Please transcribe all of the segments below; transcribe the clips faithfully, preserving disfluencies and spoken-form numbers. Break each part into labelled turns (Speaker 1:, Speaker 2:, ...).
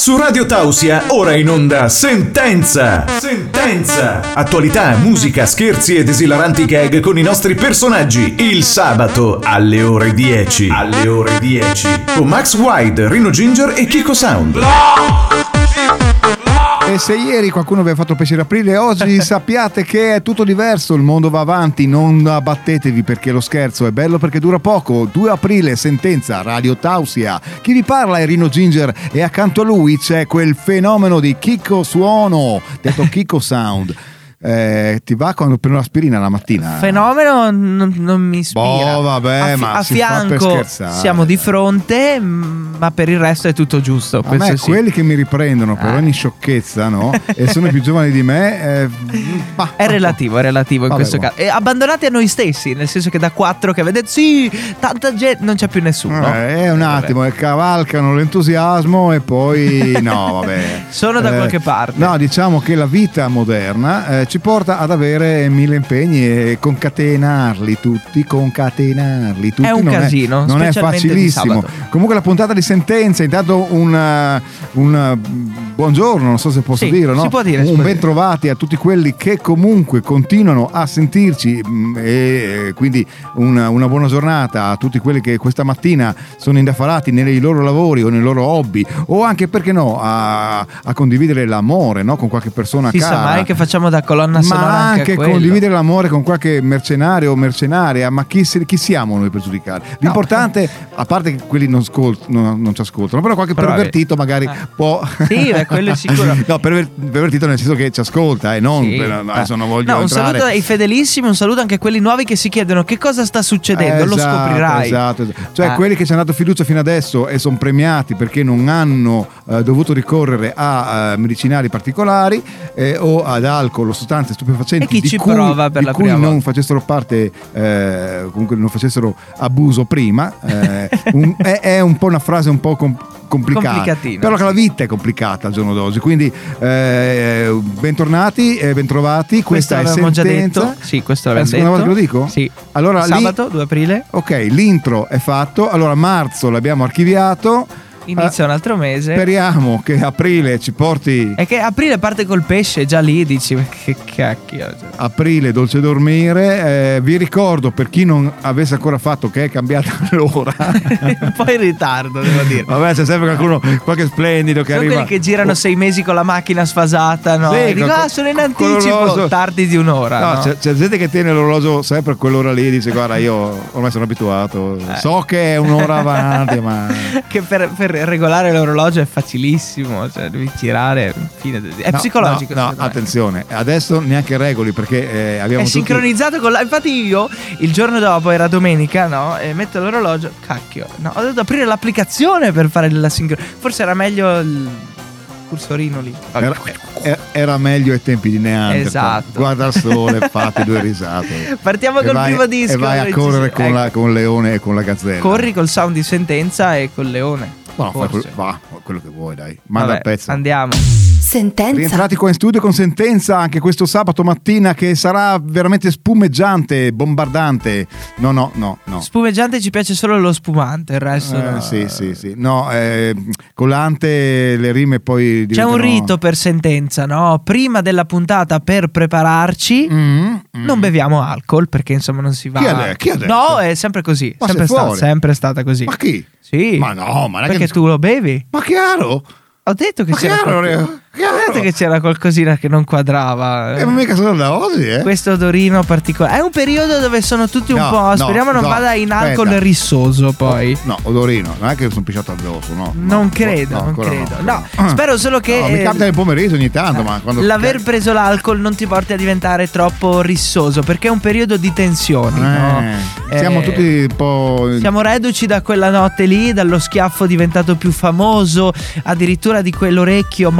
Speaker 1: Su Radio Tausia, ora in onda Sentenza! Sentenza! Attualità, musica, scherzi ed esilaranti gag con i nostri personaggi. Il sabato alle ore dieci. Alle ore dieci. Con Max Wide, Rino Ginger e Kiko Sound.
Speaker 2: E se ieri qualcuno vi ha fatto piacere aprile, oggi sappiate che è tutto diverso, il mondo va avanti, non abbattetevi perché lo scherzo è bello perché dura poco. due aprile, Sentenza, Radio Tausia. Chi vi parla è Rino Ginger e accanto a lui c'è quel fenomeno di Kiko Suono, detto Kiko Sound. Eh, ti va quando prendi l'aspirina la mattina?
Speaker 3: Fenomeno non, non mi ispira.
Speaker 2: Boh, vabbè,
Speaker 3: a, fi-
Speaker 2: ma
Speaker 3: a
Speaker 2: si
Speaker 3: fianco
Speaker 2: fa per scherzare.
Speaker 3: Siamo di fronte, ma per il resto è tutto giusto.
Speaker 2: A me
Speaker 3: sì.
Speaker 2: quelli che mi riprendono per
Speaker 3: eh.
Speaker 2: ogni sciocchezza, no? E sono più giovani di me, eh, bah,
Speaker 3: è relativo, è relativo in
Speaker 2: vabbè,
Speaker 3: questo
Speaker 2: boh.
Speaker 3: caso. E abbandonati a noi stessi, nel senso che da quattro che vedete, sì, tanta gente, non c'è più nessuno.
Speaker 2: Eh, è un attimo,
Speaker 3: Vabbè.
Speaker 2: cavalcano l'entusiasmo e poi no, vabbè.
Speaker 3: Sono da
Speaker 2: Eh,
Speaker 3: qualche parte.
Speaker 2: No, diciamo che la vita moderna eh, ci porta ad avere mille impegni e concatenarli tutti, concatenarli tutti.
Speaker 3: È un
Speaker 2: non
Speaker 3: casino,
Speaker 2: è, non è
Speaker 3: specialmente di
Speaker 2: facilissimo.
Speaker 3: sabato.
Speaker 2: Comunque la puntata di Sentenza, intanto un, un buongiorno, non so se posso
Speaker 3: Sì,
Speaker 2: dire, no?
Speaker 3: si può dire, si
Speaker 2: un
Speaker 3: può
Speaker 2: ben
Speaker 3: dire.
Speaker 2: trovati a tutti quelli che comunque continuano a sentirci mh, e quindi una, una buona giornata a tutti quelli che questa mattina sono indaffarati nei loro lavori o nei loro hobby o anche, perché no, a, a condividere l'amore, no? Con qualche persona
Speaker 3: Si
Speaker 2: cara.
Speaker 3: sa mai che facciamo da colonna sonora
Speaker 2: Ma
Speaker 3: anche,
Speaker 2: anche
Speaker 3: a quello.
Speaker 2: condividere l'amore con qualche mercenario o mercenaria, ma chi, se- chi siamo noi per giudicare? L'importante, a parte che quelli non, scol- non, non ci ascoltano, però qualche
Speaker 3: Però
Speaker 2: pervertito magari
Speaker 3: eh.
Speaker 2: può.
Speaker 3: Sì, beh, quello è sicuro.
Speaker 2: No, perver- pervertito nel senso che ci ascolta e non
Speaker 3: Sì.
Speaker 2: per- adesso non voglio
Speaker 3: No, un
Speaker 2: entrare.
Speaker 3: saluto ai fedelissimi, un saluto anche a quelli nuovi che si chiedono che cosa sta succedendo.
Speaker 2: Eh,
Speaker 3: Lo
Speaker 2: esatto,
Speaker 3: scoprirai.
Speaker 2: esatto, esatto. Cioè
Speaker 3: Ah.
Speaker 2: quelli che ci hanno dato fiducia fino adesso e sono premiati perché non hanno eh, dovuto ricorrere a eh, medicinali particolari eh, o ad alcol o sostanze stupefacenti
Speaker 3: E chi
Speaker 2: di
Speaker 3: ci
Speaker 2: cui,
Speaker 3: prova per
Speaker 2: di
Speaker 3: la
Speaker 2: cui
Speaker 3: prima
Speaker 2: non
Speaker 3: volta.
Speaker 2: facessero parte, eh, comunque non facessero abuso prima. eh, un- è, è un po' una frase un po' com- complicata,
Speaker 3: Complicatina,
Speaker 2: però che
Speaker 3: sì.
Speaker 2: la vita è complicata al giorno d'oggi, quindi eh, bentornati e bentrovati. Questa
Speaker 3: Questo
Speaker 2: è
Speaker 3: l'avevamo già
Speaker 2: Sentenza.
Speaker 3: detto. Sì, questo
Speaker 2: È la
Speaker 3: l'abbiamo
Speaker 2: seconda
Speaker 3: detto.
Speaker 2: volta che lo dico?
Speaker 3: Sì.
Speaker 2: Allora, lì-
Speaker 3: Sabato due aprile
Speaker 2: Ok, l'intro è fatto. Allora, marzo l'abbiamo archiviato.
Speaker 3: inizia
Speaker 2: Eh,
Speaker 3: un altro mese.
Speaker 2: Speriamo che aprile ci porti.
Speaker 3: È che aprile parte col pesce, già lì dici "Ma che cacchio". cioè.
Speaker 2: Aprile, dolce dormire. Eh, vi ricordo, per chi non avesse ancora fatto, che è cambiata l'ora.
Speaker 3: Un po' in ritardo, devo dire.
Speaker 2: Vabbè, c'è sempre qualcuno, qualche splendido che
Speaker 3: Sono
Speaker 2: arriva.
Speaker 3: quelli che girano sei mesi con la macchina sfasata, no?
Speaker 2: Sì,
Speaker 3: E dico,
Speaker 2: con-
Speaker 3: ah, sono in
Speaker 2: con
Speaker 3: anticipo,
Speaker 2: l'orologio.
Speaker 3: tardi di un'ora.
Speaker 2: No,
Speaker 3: no?
Speaker 2: C'è, c'è gente che tiene l'orologio sempre a quell'ora lì e dice guarda, io ormai sono abituato,
Speaker 3: Eh.
Speaker 2: so che è un'ora avanti, ma
Speaker 3: Che per, per regolare l'orologio è facilissimo, cioè devi girare, fine, è
Speaker 2: No,
Speaker 3: psicologico.
Speaker 2: no, no,
Speaker 3: secondo me.
Speaker 2: attenzione, adesso neanche regoli perché eh, abbiamo
Speaker 3: È
Speaker 2: tutti-
Speaker 3: sincronizzato con la. Infatti, io il giorno dopo era domenica, no? E metto l'orologio. Cacchio, no, ho dovuto aprire l'applicazione per fare la sincronizzazione. Forse era meglio il cursorino lì.
Speaker 2: Era, era- era meglio ai tempi di Neanderthal.
Speaker 3: Esatto.
Speaker 2: Guarda il sole, fatti due risate.
Speaker 3: Partiamo
Speaker 2: E
Speaker 3: col
Speaker 2: vai-
Speaker 3: primo disco.
Speaker 2: E vai a
Speaker 3: Noi ci-
Speaker 2: correre con,
Speaker 3: ecco.
Speaker 2: la, con il leone e con la gazzella.
Speaker 3: Corri col sound di Sentenza e col leone.
Speaker 2: No, fai
Speaker 3: Forse.
Speaker 2: quello, va, quello che vuoi, dai. Manda
Speaker 3: Vabbè,
Speaker 2: il pezzo.
Speaker 3: Andiamo.
Speaker 4: Sentenza.
Speaker 2: Rientrati qua in studio con Sentenza anche questo sabato mattina che sarà veramente spumeggiante, bombardante. No, no, no, no.
Speaker 3: Spumeggiante ci piace solo lo spumante, il resto.
Speaker 2: Eh,
Speaker 3: no.
Speaker 2: sì, sì, sì. No, eh, collante le rime poi
Speaker 3: C'è
Speaker 2: diventano...
Speaker 3: un rito per Sentenza, no? Prima della puntata, per prepararci,
Speaker 2: Mm, mm.
Speaker 3: non beviamo alcol perché insomma non si va.
Speaker 2: Chi ha detto? Chi ha detto?
Speaker 3: No, è sempre così.
Speaker 2: Ma
Speaker 3: Sempre
Speaker 2: sei
Speaker 3: stata,
Speaker 2: fuori?
Speaker 3: sempre stata così.
Speaker 2: Ma chi?
Speaker 3: Sì.
Speaker 2: Ma no, ma non è
Speaker 3: Perché
Speaker 2: che-
Speaker 3: tu lo bevi?
Speaker 2: Ma chiaro?
Speaker 3: Ho detto che
Speaker 2: Ma
Speaker 3: c'era
Speaker 2: chiaro,
Speaker 3: qualcosa-
Speaker 2: chiaro.
Speaker 3: Ho detto che c'era qualcosina che non quadrava.
Speaker 2: Eh, ma mica solo da oggi, eh?
Speaker 3: Questo odorino particolare. È un periodo dove sono tutti un
Speaker 2: No,
Speaker 3: po'.
Speaker 2: no,
Speaker 3: Speriamo non
Speaker 2: no,
Speaker 3: vada in alcol
Speaker 2: aspetta.
Speaker 3: rissoso poi.
Speaker 2: No, odorino, non è che sono pisciato addosso, no.
Speaker 3: Non
Speaker 2: No,
Speaker 3: credo,
Speaker 2: no,
Speaker 3: non
Speaker 2: ancora
Speaker 3: credo.
Speaker 2: no.
Speaker 3: No, spero solo che
Speaker 2: No, mi
Speaker 3: eh,
Speaker 2: capita nel pomeriggio ogni tanto, ma quando...
Speaker 3: l'aver preso l'alcol non ti porti a diventare troppo rissoso, perché è un periodo di tensioni, no?
Speaker 2: Eh, siamo
Speaker 3: Eh,
Speaker 2: tutti un po'...
Speaker 3: Siamo reduci da quella notte lì, dallo schiaffo diventato più famoso, addirittura di quell'orecchio morso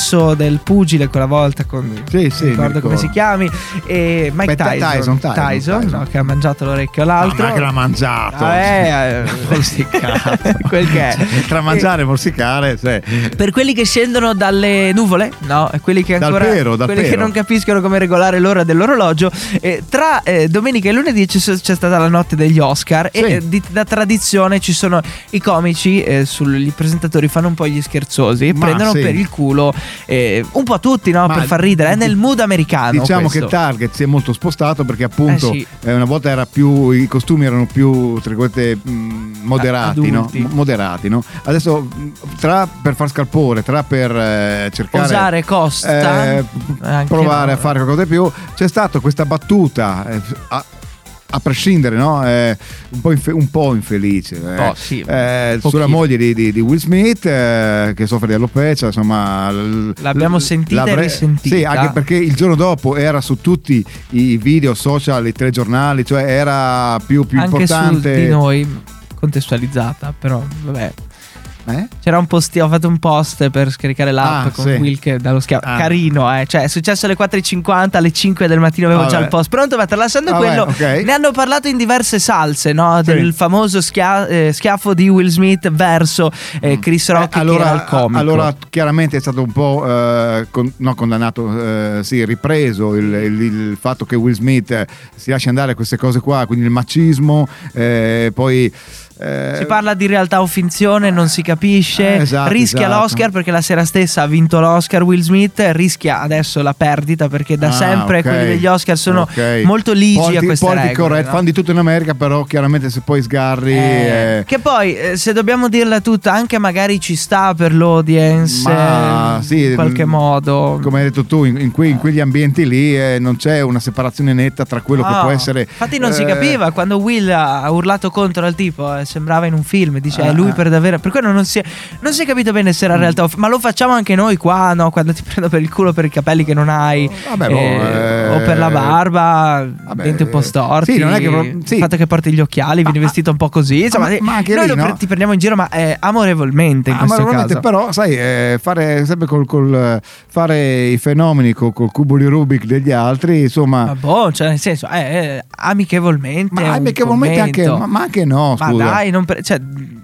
Speaker 3: stesso del pugile quella volta con
Speaker 2: sì, sì,
Speaker 3: non ricordo come si chiami, e Mike
Speaker 2: Beh,
Speaker 3: Tyson,
Speaker 2: Tyson, Tyson,
Speaker 3: Tyson,
Speaker 2: Tyson.
Speaker 3: No, che ha mangiato l'orecchio all'altro.
Speaker 2: Ma che l'ha mangiato,
Speaker 3: ah, eh,
Speaker 2: morsicato.
Speaker 3: Quel che è.
Speaker 2: Tra mangiare e morsicare, sì.
Speaker 3: Per quelli che scendono dalle nuvole, no, e quelli che ancora
Speaker 2: dal pero, dal
Speaker 3: quelli
Speaker 2: pero.
Speaker 3: che non capiscono come regolare l'ora dell'orologio, eh, tra eh, domenica e lunedì c'è, c'è stata la notte degli Oscar,
Speaker 2: sì.
Speaker 3: e eh, di, da tradizione ci sono i comici, eh, sul, i presentatori fanno un po' gli scherzosi,
Speaker 2: Ma
Speaker 3: prendono
Speaker 2: sì.
Speaker 3: per il culo eh, un po' tutti, no,
Speaker 2: Ma
Speaker 3: per far ridere, è nel mood americano.
Speaker 2: Diciamo
Speaker 3: questo.
Speaker 2: che il target si è molto spostato, perché appunto
Speaker 3: Eh sì.
Speaker 2: eh, una volta era più, i costumi erano più tra virgolette mh, moderati, no?
Speaker 3: Adulti.
Speaker 2: M- moderati, no? Adesso mh, tra per far scalpore, tra per eh, cercare
Speaker 3: Osare costa,
Speaker 2: eh,
Speaker 3: anche
Speaker 2: provare
Speaker 3: no.
Speaker 2: a fare qualcosa di più, c'è stata questa battuta eh, a, a prescindere, no? Eh, un, po infe- un po' infelice eh,
Speaker 3: po', sì,
Speaker 2: eh,
Speaker 3: un
Speaker 2: sulla
Speaker 3: pochino.
Speaker 2: moglie di, di, di Will Smith, eh, che soffre di alopecia, insomma l-
Speaker 3: L'abbiamo
Speaker 2: l-
Speaker 3: sentita e
Speaker 2: l'avre-
Speaker 3: risentita.
Speaker 2: sì, anche perché il giorno dopo era su tutti i video social, i telegiornali, cioè era più, più
Speaker 3: anche
Speaker 2: importante
Speaker 3: su di noi, contestualizzata, però vabbè.
Speaker 2: eh?
Speaker 3: C'era un post, ho fatto un post per scaricare l'app
Speaker 2: Ah,
Speaker 3: con
Speaker 2: sì.
Speaker 3: Will che dallo schiaffo.
Speaker 2: Ah.
Speaker 3: Carino, eh. Cioè, è successo alle quattro e cinquanta, alle cinque del mattino avevo
Speaker 2: Vabbè.
Speaker 3: già il post pronto, ma tralasciando
Speaker 2: Vabbè,
Speaker 3: quello,
Speaker 2: ok.
Speaker 3: ne hanno parlato in diverse salse, no?
Speaker 2: Sì.
Speaker 3: Del famoso schia- eh, schiaffo di Will Smith verso eh, Chris Rock,
Speaker 2: Eh, allora,
Speaker 3: che era il comico.
Speaker 2: allora chiaramente è stato un po' eh, con- no, condannato, eh, sì, ripreso il, il- il fatto che Will Smith eh, si lascia andare a queste cose qua, quindi il macismo, eh, poi eh,
Speaker 3: Si parla di realtà o finzione, non si capisce.
Speaker 2: Eh, esatto,
Speaker 3: rischia
Speaker 2: esatto.
Speaker 3: l'Oscar perché la sera stessa ha vinto l'Oscar Will Smith. Rischia adesso la perdita perché da
Speaker 2: Ah,
Speaker 3: sempre
Speaker 2: ok.
Speaker 3: quelli degli Oscar sono
Speaker 2: Ok.
Speaker 3: molto ligi
Speaker 2: Politi-
Speaker 3: a queste
Speaker 2: political
Speaker 3: regole,
Speaker 2: correct,
Speaker 3: no?
Speaker 2: fanno di tutto in America, però chiaramente se poi sgarri
Speaker 3: Eh,
Speaker 2: eh,
Speaker 3: Che poi, eh, se dobbiamo dirla tutta, anche magari ci sta per l'audience,
Speaker 2: Ma,
Speaker 3: eh,
Speaker 2: sì,
Speaker 3: in qualche
Speaker 2: mm,
Speaker 3: modo.
Speaker 2: come hai detto tu, in, in, que- in quegli ambienti lì eh, non c'è una separazione netta tra quello che
Speaker 3: No,
Speaker 2: può essere.
Speaker 3: Infatti non si
Speaker 2: eh,
Speaker 3: capiva quando Will ha urlato contro al tipo, eh, sembrava in un film, dice è lui
Speaker 2: Ah.
Speaker 3: per davvero. Per quello non si è, non si è capito bene se era realtà o f- ma lo facciamo anche noi qua, no? Quando ti prendo per il culo per i capelli che non hai,
Speaker 2: Vabbè, boh, eh,
Speaker 3: o per la barba,
Speaker 2: vabbè,
Speaker 3: denti un po' storti,
Speaker 2: sì, non è che pro- sì.
Speaker 3: il fatto che porti gli occhiali, vieni
Speaker 2: Ma-
Speaker 3: vestito un po' così, insomma,
Speaker 2: ma- ma anche
Speaker 3: noi
Speaker 2: lì,
Speaker 3: lo
Speaker 2: no?
Speaker 3: pre- ti prendiamo in giro, ma eh, amorevolmente in
Speaker 2: Ah,
Speaker 3: questo
Speaker 2: ma veramente,
Speaker 3: caso.
Speaker 2: però sai eh, fare sempre col, col fare i fenomeni col, col cubo di Rubik degli altri, insomma.
Speaker 3: Ma boh, cioè nel senso, eh, eh, amichevolmente,
Speaker 2: Ma
Speaker 3: è un
Speaker 2: amichevolmente anche,
Speaker 3: commento.
Speaker 2: ma, ma anche no,
Speaker 3: Ma
Speaker 2: scusa.
Speaker 3: dai, non pre- cioè,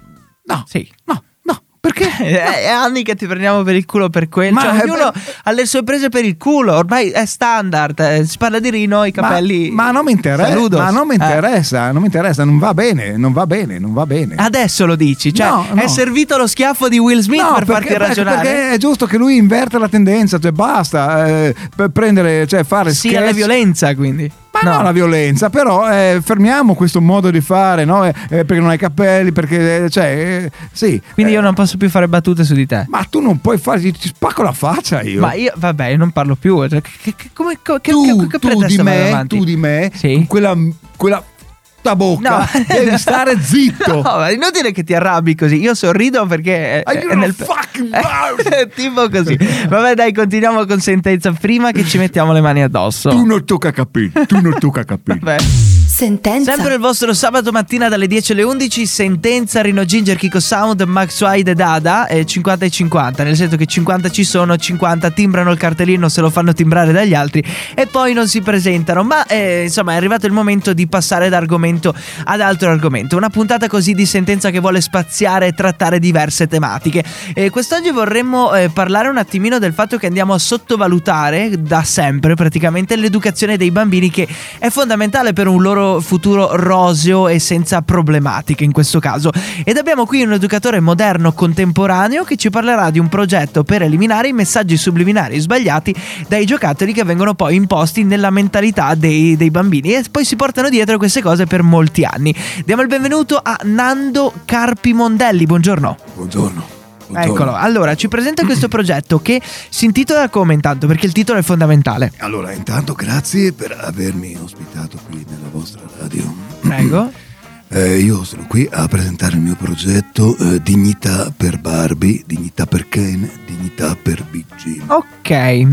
Speaker 2: No,
Speaker 3: sì.
Speaker 2: no, no, perché?
Speaker 3: È è anni che ti prendiamo per il culo per quello.
Speaker 2: Ma
Speaker 3: Cioè,
Speaker 2: è
Speaker 3: ognuno
Speaker 2: per-
Speaker 3: ha le sue prese per il culo. Ormai è standard. eh, Si parla di Rino, i capelli.
Speaker 2: Ma, ma non mi interessa,
Speaker 3: saludos.
Speaker 2: ma non mi
Speaker 3: Eh.
Speaker 2: interessa, non mi interessa, non va bene, non va bene, non va bene.
Speaker 3: Adesso lo dici, cioè
Speaker 2: No,
Speaker 3: è
Speaker 2: no.
Speaker 3: servito lo schiaffo di Will Smith
Speaker 2: No,
Speaker 3: per farti
Speaker 2: perché,
Speaker 3: ragionare.
Speaker 2: perché è giusto che lui inverte la tendenza, cioè basta eh, per prendere, cioè fare
Speaker 3: Sì,
Speaker 2: sketch.
Speaker 3: alla violenza, quindi.
Speaker 2: Ma no, la violenza, però eh, fermiamo questo modo di fare, no? Eh, eh, perché non hai capelli, perché eh, cioè eh, sì.
Speaker 3: Quindi
Speaker 2: eh,
Speaker 3: io non posso più fare battute su di te.
Speaker 2: Ma tu non puoi fare, ti, ti spacco la faccia io.
Speaker 3: Ma io, vabbè, io non parlo più. Cioè, che, che, come, che,
Speaker 2: tu,
Speaker 3: che, che
Speaker 2: tu
Speaker 3: pretesto
Speaker 2: di
Speaker 3: vai
Speaker 2: me,
Speaker 3: avanti?
Speaker 2: tu di me,
Speaker 3: Sì.
Speaker 2: con quella quella tua bocca,
Speaker 3: No.
Speaker 2: devi stare zitto.
Speaker 3: No, ma è inutile che ti arrabbi così. Io sorrido perché è,
Speaker 2: Are
Speaker 3: è
Speaker 2: you
Speaker 3: nel
Speaker 2: a fucking
Speaker 3: è tipo così. Vabbè, dai, continuiamo con sentenza prima che ci mettiamo le mani addosso.
Speaker 2: Tu non tocca capire, tu non tocca capire.
Speaker 3: Vabbè.
Speaker 4: Sentenza.
Speaker 3: Sempre il vostro sabato mattina dalle dieci alle undici, sentenza Rino Ginger, Kiko Sound, Max Wide e Dada, eh, cinquanta e cinquanta, nel senso che cinquanta ci sono, cinquanta timbrano il cartellino, se lo fanno timbrare dagli altri e poi non si presentano, ma eh, insomma è arrivato il momento di passare da argomento ad altro argomento, una puntata così di sentenza che vuole spaziare e trattare diverse tematiche. E quest'oggi vorremmo eh, parlare un attimino del fatto che andiamo a sottovalutare da sempre praticamente l'educazione dei bambini, che è fondamentale per un loro futuro roseo e senza problematiche in questo caso. Ed abbiamo qui un educatore moderno contemporaneo che ci parlerà di un progetto per eliminare i messaggi subliminali sbagliati dai giocattoli che vengono poi imposti nella mentalità dei, dei bambini e poi si portano dietro queste cose per molti anni. Diamo il benvenuto a Nando Carpi Mondelli, buongiorno.
Speaker 2: Buongiorno.
Speaker 3: Eccolo, allora ci presenta questo progetto che si intitola come intanto, perché il titolo è fondamentale.
Speaker 5: Allora, intanto grazie per avermi ospitato qui nella vostra radio.
Speaker 3: Prego.
Speaker 5: Eh, io sono qui a presentare il mio progetto eh, Dignità per Barbie, Dignità per Ken, Dignità per Big Jim.
Speaker 3: Ok,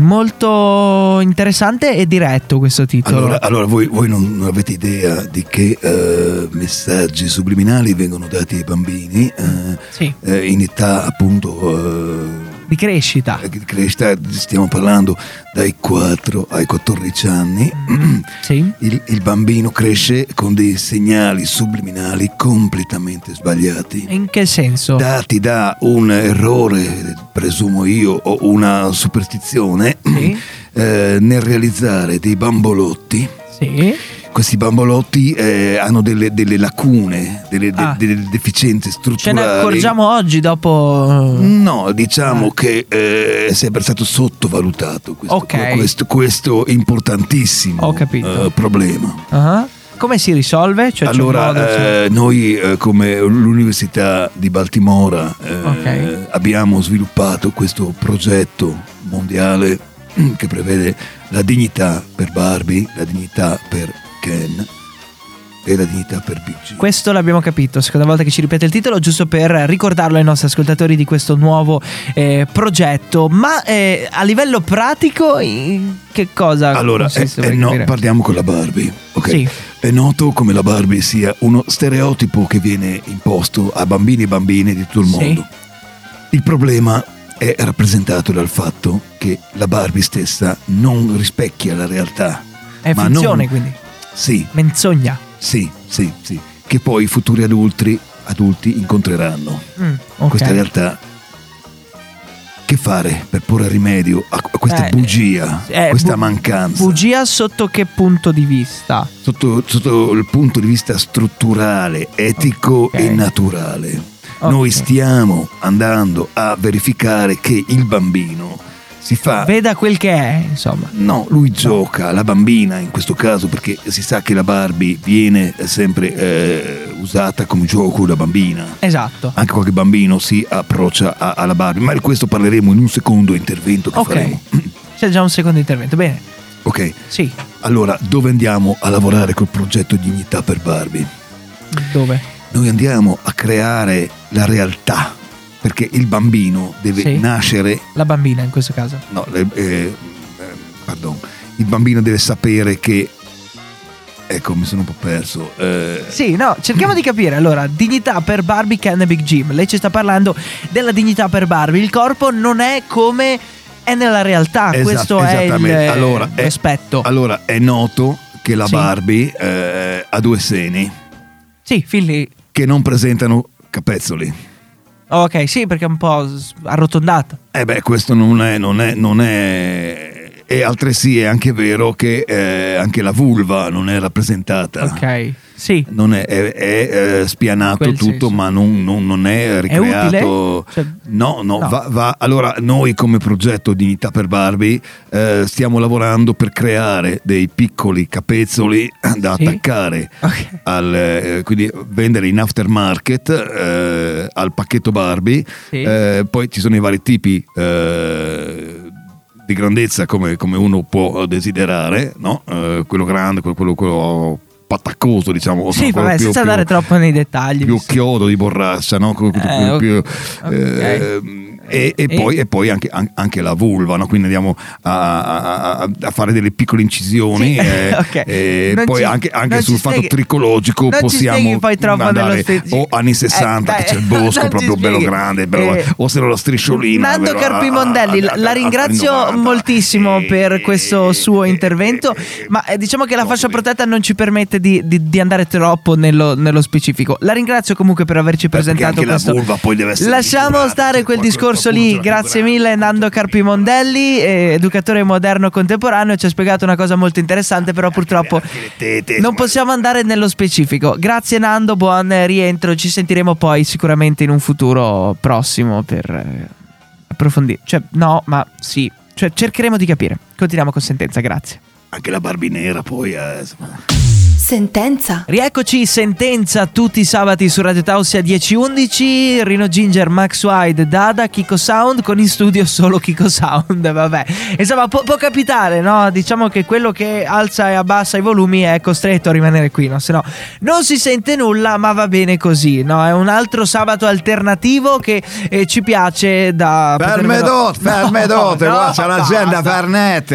Speaker 3: molto interessante e diretto questo titolo.
Speaker 5: Allora, allora voi, voi non, non avete idea di che eh, messaggi subliminali vengono dati ai bambini eh,
Speaker 3: Sì.
Speaker 5: eh, in età appunto eh,
Speaker 3: Di crescita.
Speaker 5: Di crescita, stiamo parlando dai quattro ai quattordici anni.
Speaker 3: Mm, sì.
Speaker 5: Il, il bambino cresce con dei segnali subliminali completamente sbagliati.
Speaker 3: In che senso?
Speaker 5: Dati da un errore, presumo io, o una superstizione,
Speaker 3: Sì.
Speaker 5: eh, nel realizzare dei bambolotti.
Speaker 3: Sì.
Speaker 5: Questi bambolotti eh, hanno delle, delle lacune, delle, de-
Speaker 3: Ah.
Speaker 5: delle deficienze
Speaker 3: Ce
Speaker 5: strutturali.
Speaker 3: ne accorgiamo oggi dopo.
Speaker 5: No, diciamo
Speaker 3: Ah.
Speaker 5: che è sempre stato sottovalutato questo,
Speaker 3: Ok.
Speaker 5: questo, questo importantissimo
Speaker 3: Ho capito.
Speaker 5: eh, problema.
Speaker 3: Ah. Come si risolve? Cioè, c'è un
Speaker 5: Allora,
Speaker 3: modo, c'è-
Speaker 5: eh, noi eh, come l'Università di Baltimora eh,
Speaker 3: Ok.
Speaker 5: abbiamo sviluppato questo progetto mondiale che prevede la dignità per Barbie, la dignità per Ken e la dignità per B G.
Speaker 3: Questo l'abbiamo capito, seconda volta che ci ripete il titolo, giusto per ricordarlo ai nostri ascoltatori di questo nuovo eh, progetto. Ma eh, a livello pratico, in che cosa
Speaker 5: Allora,
Speaker 3: consiste,
Speaker 5: è- è
Speaker 3: vorrei
Speaker 5: no-
Speaker 3: capire?
Speaker 5: parliamo con la Barbie, ok?
Speaker 3: Sì.
Speaker 5: È noto come la Barbie sia uno stereotipo che viene imposto a bambini e bambine di tutto il
Speaker 3: Sì.
Speaker 5: mondo. Il problema è rappresentato dal fatto che la Barbie stessa non rispecchia la realtà.
Speaker 3: È
Speaker 5: ma
Speaker 3: finzione,
Speaker 5: non-
Speaker 3: quindi.
Speaker 5: Sì,
Speaker 3: Menzogna.
Speaker 5: sì, sì, sì. Che poi i futuri adulti, adulti incontreranno.
Speaker 3: Mm, ok.
Speaker 5: Questa realtà. Che fare per porre rimedio a a questa
Speaker 3: Eh,
Speaker 5: bugia,
Speaker 3: eh,
Speaker 5: questa
Speaker 3: bu-
Speaker 5: mancanza?
Speaker 3: Bugia sotto che punto di vista?
Speaker 5: Sotto, sotto il punto di vista strutturale, etico
Speaker 3: Ok.
Speaker 5: e naturale.
Speaker 3: Ok.
Speaker 5: Noi stiamo andando a verificare che il bambino si fa...
Speaker 3: Veda quel che è, insomma.
Speaker 5: No, lui gioca, la bambina in questo caso, perché si sa che la Barbie viene sempre eh, usata come gioco da bambina.
Speaker 3: Esatto.
Speaker 5: Anche qualche bambino si approccia a- alla Barbie, ma di questo parleremo in un secondo intervento che
Speaker 3: Ok.
Speaker 5: faremo.
Speaker 3: C'è già un secondo intervento, bene.
Speaker 5: Ok,
Speaker 3: Sì.
Speaker 5: allora dove andiamo a lavorare col progetto Dignità per Barbie?
Speaker 3: Dove?
Speaker 5: Noi andiamo a creare la realtà, perché il bambino deve
Speaker 3: Sì.
Speaker 5: nascere,
Speaker 3: La bambina in questo caso.
Speaker 5: no, eh, eh, pardon, il bambino deve sapere che, ecco, mi sono un po' perso. eh,
Speaker 3: Sì, no, cerchiamo di capire. Allora, dignità per Barbie, Ken e Big Jim. Lei ci sta parlando della dignità per Barbie. Il corpo non è come è nella realtà.
Speaker 5: Esatto,
Speaker 3: Questo è il
Speaker 5: esattamente. Allora, è-
Speaker 3: l'aspetto.
Speaker 5: Allora, è noto che la
Speaker 3: Sì.
Speaker 5: Barbie eh, ha due seni
Speaker 3: Sì, fin lì.
Speaker 5: che non presentano capezzoli.
Speaker 3: Ok, sì, perché è un po' s- arrotondata.
Speaker 5: Eh beh, questo non è, non è, non è... E altresì è anche vero che eh, anche la vulva non è rappresentata.
Speaker 3: Ok, sì.
Speaker 5: Non è, è- è, eh, spianato
Speaker 3: Quel
Speaker 5: tutto,
Speaker 3: senso.
Speaker 5: ma non, non- non è ricreato.
Speaker 3: utile? Cioè-
Speaker 5: no, no,
Speaker 3: no.
Speaker 5: Va, va- allora noi come progetto Dignità per Barbie eh, stiamo lavorando per creare dei piccoli capezzoli da
Speaker 3: Sì.
Speaker 5: attaccare
Speaker 3: Ok.
Speaker 5: al, eh, quindi vendere in aftermarket eh, al pacchetto Barbie.
Speaker 3: Sì.
Speaker 5: Eh, poi ci sono i vari tipi eh, di grandezza come, come uno può desiderare, no? Eh, quello grande, quello, quello, quello pataccoso, diciamo.
Speaker 3: Sì,
Speaker 5: no? Quello
Speaker 3: vabbè,
Speaker 5: più-
Speaker 3: senza
Speaker 5: più-
Speaker 3: andare troppo nei dettagli.
Speaker 5: più chiodo di borraccia, no? Quello- quello
Speaker 3: Eh, ok.
Speaker 5: più-
Speaker 3: Ok.
Speaker 5: eh, e, e
Speaker 3: E-
Speaker 5: poi, e poi anche, an- anche la vulva, no? Quindi andiamo a, a- a- a fare delle piccole incisioni.
Speaker 3: Sì,
Speaker 5: eh,
Speaker 3: ok.
Speaker 5: e
Speaker 3: Non
Speaker 5: poi
Speaker 3: ci-
Speaker 5: anche, anche
Speaker 3: non
Speaker 5: sul
Speaker 3: ci
Speaker 5: fatto
Speaker 3: spieghi-
Speaker 5: tricologico
Speaker 3: non ci
Speaker 5: possiamo
Speaker 3: spieghi poi troppo
Speaker 5: andare
Speaker 3: nello specifico.
Speaker 5: o anni sessanta
Speaker 3: Eh,
Speaker 5: che c'è il
Speaker 3: dai,
Speaker 5: bosco
Speaker 3: non
Speaker 5: proprio
Speaker 3: ci
Speaker 5: bello
Speaker 3: spieghi.
Speaker 5: grande, bello-
Speaker 3: Eh,
Speaker 5: o se no la strisciolina.
Speaker 3: Nando
Speaker 5: vero,
Speaker 3: Carpimondelli,
Speaker 5: a- a-
Speaker 3: la
Speaker 5: a-
Speaker 3: ringrazio
Speaker 5: anni novanta.
Speaker 3: moltissimo
Speaker 5: Eh,
Speaker 3: per questo suo
Speaker 5: eh,
Speaker 3: intervento,
Speaker 5: eh,
Speaker 3: ma eh, diciamo che la
Speaker 5: no,
Speaker 3: fascia
Speaker 5: sì.
Speaker 3: protetta non ci permette di, di- di andare troppo nello, nello specifico. La ringrazio comunque per averci
Speaker 5: Perché
Speaker 3: presentato
Speaker 5: anche la
Speaker 3: questo.
Speaker 5: vulva poi deve essere
Speaker 3: Lasciamo
Speaker 5: misurata,
Speaker 3: stare
Speaker 5: cioè,
Speaker 3: quel
Speaker 5: qualcuno-
Speaker 3: discorso
Speaker 5: qualcuno
Speaker 3: lì,
Speaker 5: ce l'ha più
Speaker 3: grazie
Speaker 5: grande.
Speaker 3: mille Nando Carpimondelli, eh, educatore moderno contemporaneo, ci ha spiegato una cosa molto interessante, però purtroppo
Speaker 5: Anche le tete,
Speaker 3: non
Speaker 5: insomma.
Speaker 3: possiamo andare nello specifico. Grazie Nando, buon rientro, ci sentiremo poi sicuramente in un futuro prossimo per eh, approfondire. Cioè, no, ma sì, cioè cercheremo di capire. Continuiamo con Sentenza, grazie.
Speaker 5: Anche la Barbie nera poi eh, insomma.
Speaker 4: Sentenza.
Speaker 3: Rieccoci, Sentenza, tutti i sabati su Radio Tausia dieci undici. Rino Ginger, Max Wide, Dada, Kiko Sound, con in studio solo Kiko Sound. Vabbè, insomma, può, può capitare, no? Diciamo che quello che alza e abbassa i volumi è costretto a rimanere qui, no? Se no non si sente nulla, ma va bene così, no? È un altro sabato alternativo che eh, ci piace da.
Speaker 2: Ferme
Speaker 3: potervelo-
Speaker 2: dote, ferme
Speaker 3: No,
Speaker 2: dote,
Speaker 3: no,
Speaker 2: qua c'è l'agenda
Speaker 3: basta.
Speaker 2: Fernete.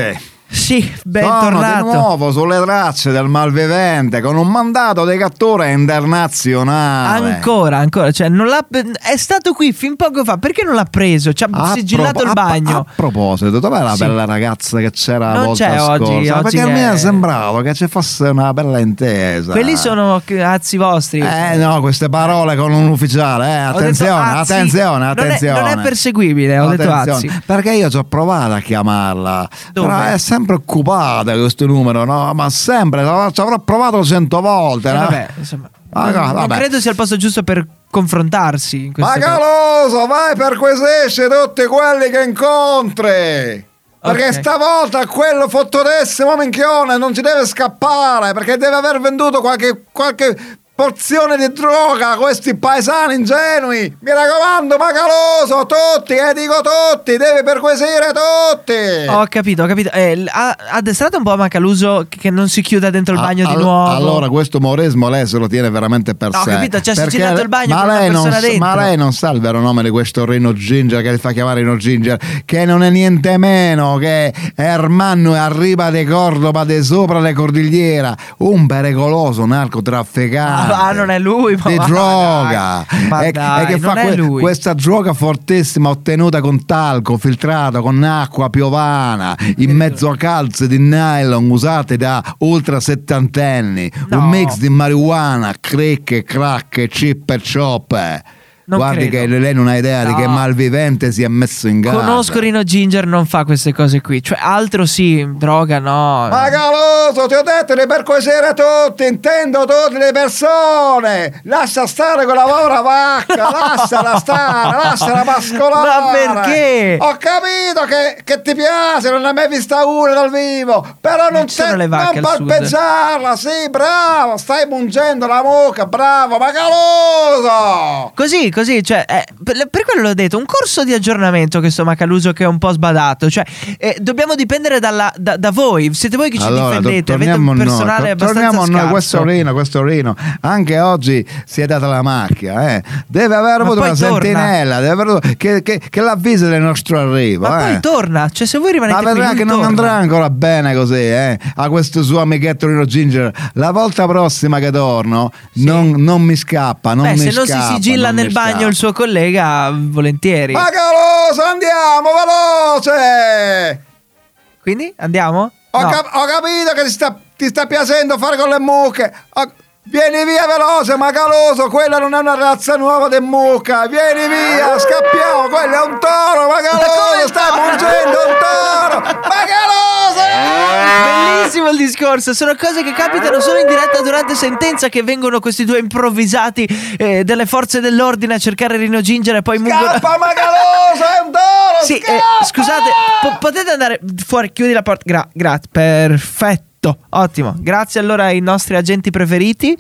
Speaker 3: Sì,
Speaker 2: Sono
Speaker 3: bentornato.
Speaker 2: di nuovo sulle tracce del malvivente con un mandato di cattura internazionale.
Speaker 3: Ancora, ancora, cioè non l'ha, è stato qui fin poco fa, perché non l'ha preso? Ci ha
Speaker 2: A
Speaker 3: sigillato
Speaker 2: propo-
Speaker 3: il
Speaker 2: a-
Speaker 3: bagno.
Speaker 2: A, proposito, dov'è la
Speaker 3: Sì.
Speaker 2: bella ragazza che c'era la
Speaker 3: Non
Speaker 2: volta
Speaker 3: c'è
Speaker 2: scorsa?
Speaker 3: oggi, oggi
Speaker 2: Perché mi
Speaker 3: è-
Speaker 2: è sembrato che ci fosse una bella intesa.
Speaker 3: Quelli sono cazzi vostri.
Speaker 2: Eh no, queste parole con un ufficiale, eh,
Speaker 3: Ho
Speaker 2: attenzione,
Speaker 3: detto azzi.
Speaker 2: attenzione,
Speaker 3: Non è-
Speaker 2: attenzione.
Speaker 3: Non è, perseguibile, ho detto
Speaker 2: Attenzione,
Speaker 3: azzi.
Speaker 2: perché io ci ho provato a chiamarla.
Speaker 3: Dove?
Speaker 2: Però è sempre occupata questo numero, no? Ma sempre, ci avrò provato cento volte.
Speaker 3: Eh,
Speaker 2: no?
Speaker 3: vabbè, insomma,
Speaker 2: Ah,
Speaker 3: non,
Speaker 2: no,
Speaker 3: non
Speaker 2: vabbè.
Speaker 3: credo sia il posto giusto per confrontarsi in
Speaker 2: Ma
Speaker 3: queste cose.
Speaker 2: Caloso, vai perquisisci tutti quelli che incontri. Perché
Speaker 3: Ok.
Speaker 2: stavolta quello fottutissimo minchione non ci deve scappare, perché deve aver venduto qualche, qualche porzione di droga a questi paesani ingenui. Mi raccomando, Macaloso, tutti, eh, dico tutti, devi perquisire tutti.
Speaker 3: Ho capito, ho capito. Eh, l- ha ha addestrato un po' Macaluso che che non si chiuda dentro il bagno
Speaker 2: Ah,
Speaker 3: di
Speaker 2: all-
Speaker 3: nuovo.
Speaker 2: Allora questo moresmo lei se lo tiene veramente per
Speaker 3: No, ho
Speaker 2: sé.
Speaker 3: capito, ci ha
Speaker 2: Perché-
Speaker 3: sigillato il bagno
Speaker 2: ma
Speaker 3: con una
Speaker 2: lei, non,
Speaker 3: persona
Speaker 2: sa- ma
Speaker 3: dentro.
Speaker 2: lei non sa il vero nome di questo Rino Ginger che li fa chiamare Rino Ginger, che non è niente meno che Ermanno Arriba de Cordoba de sopra le cordigliera, un pericoloso narcotrafficante.
Speaker 3: Ah, non è lui, ma
Speaker 2: di
Speaker 3: va,
Speaker 2: droga.
Speaker 3: dai. Ma
Speaker 2: e,
Speaker 3: dai,
Speaker 2: e che
Speaker 3: non
Speaker 2: fa
Speaker 3: è
Speaker 2: que-
Speaker 3: lui.
Speaker 2: questa droga fortissima ottenuta con talco filtrato con acqua piovana in mezzo a calze di nylon usate da ultra settantenni,
Speaker 3: No.
Speaker 2: un mix di marijuana, crack, crack, chip e chop.
Speaker 3: Non
Speaker 2: Guardi
Speaker 3: credo.
Speaker 2: che lei non ha idea di
Speaker 3: No.
Speaker 2: che malvivente si è messo in gara.
Speaker 3: Conosco Rino Ginger, non fa queste cose qui. Cioè, altro sì, droga no.
Speaker 2: Ma Caloso, ti ho detto di perquisire tutti, intendo tutte le persone. Lascia stare quella povera vacca, lasciala stare, lasciala pascolare.
Speaker 3: Ma perché?
Speaker 2: Ho capito che, che ti piace, non ne hai mai vista una dal vivo, però non,
Speaker 3: ci sono
Speaker 2: te-
Speaker 3: le vacche
Speaker 2: non
Speaker 3: al sud.
Speaker 2: palpeggiarla, sì, bravo, stai mungendo la mucca, bravo, ma Caloso.
Speaker 3: Così, così, cioè, eh, per, per quello l'ho detto, un corso di aggiornamento questo Macaluso che è un po' sbadato. Cioè, eh, dobbiamo dipendere dalla, da, da voi. Siete voi che ci
Speaker 2: Allora,
Speaker 3: difendete.
Speaker 2: to-
Speaker 3: Avete
Speaker 2: torniamo
Speaker 3: un
Speaker 2: a noi,
Speaker 3: personale
Speaker 2: to-
Speaker 3: abbastanza
Speaker 2: torniamo a noi,
Speaker 3: scarso.
Speaker 2: questo Rino, questo Rino anche oggi si è data la macchia, eh. Deve aver
Speaker 3: Ma
Speaker 2: avuto
Speaker 3: poi
Speaker 2: una
Speaker 3: torna.
Speaker 2: sentinella, deve aver avuto- che, che, che l'avvisa del nostro arrivo,
Speaker 3: Ma
Speaker 2: eh.
Speaker 3: poi torna. Cioè, se voi rimanete
Speaker 2: Ma
Speaker 3: qui,
Speaker 2: vedrà
Speaker 3: lui
Speaker 2: che non
Speaker 3: torna.
Speaker 2: andrà ancora bene così, eh, a questo suo amichetto Rino Ginger. La volta prossima che torno, non, non mi scappa, non
Speaker 3: Beh,
Speaker 2: mi
Speaker 3: se non
Speaker 2: scappa,
Speaker 3: si sigilla
Speaker 2: non
Speaker 3: nel
Speaker 2: mi
Speaker 3: bagno
Speaker 2: scappa.
Speaker 3: il suo collega, volentieri.
Speaker 2: Ma Caloso, andiamo, veloce!
Speaker 3: Quindi andiamo?
Speaker 2: Ho,
Speaker 3: No.
Speaker 2: cap- ho capito che ti sta, ti sta piacendo fare con le mucche. Ho- Vieni via veloce, Macaloso, quella non è una razza nuova di mucca. Vieni via, scappiamo, quello è un toro, Macaloso, stai mungendo un toro. Macaloso!
Speaker 3: Bellissimo il discorso. Sono cose che capitano solo in diretta durante sentenza, che vengono questi due improvvisati eh, delle forze dell'ordine a cercare Rino Ginger e poi mungono.
Speaker 2: Scappa, Macaloso, è un toro,
Speaker 3: Sì, eh,
Speaker 2: scappa!
Speaker 3: scusate, po- potete andare fuori, chiudi la porta. Gra- grazie, perfetto. Ottimo, grazie allora ai nostri agenti preferiti.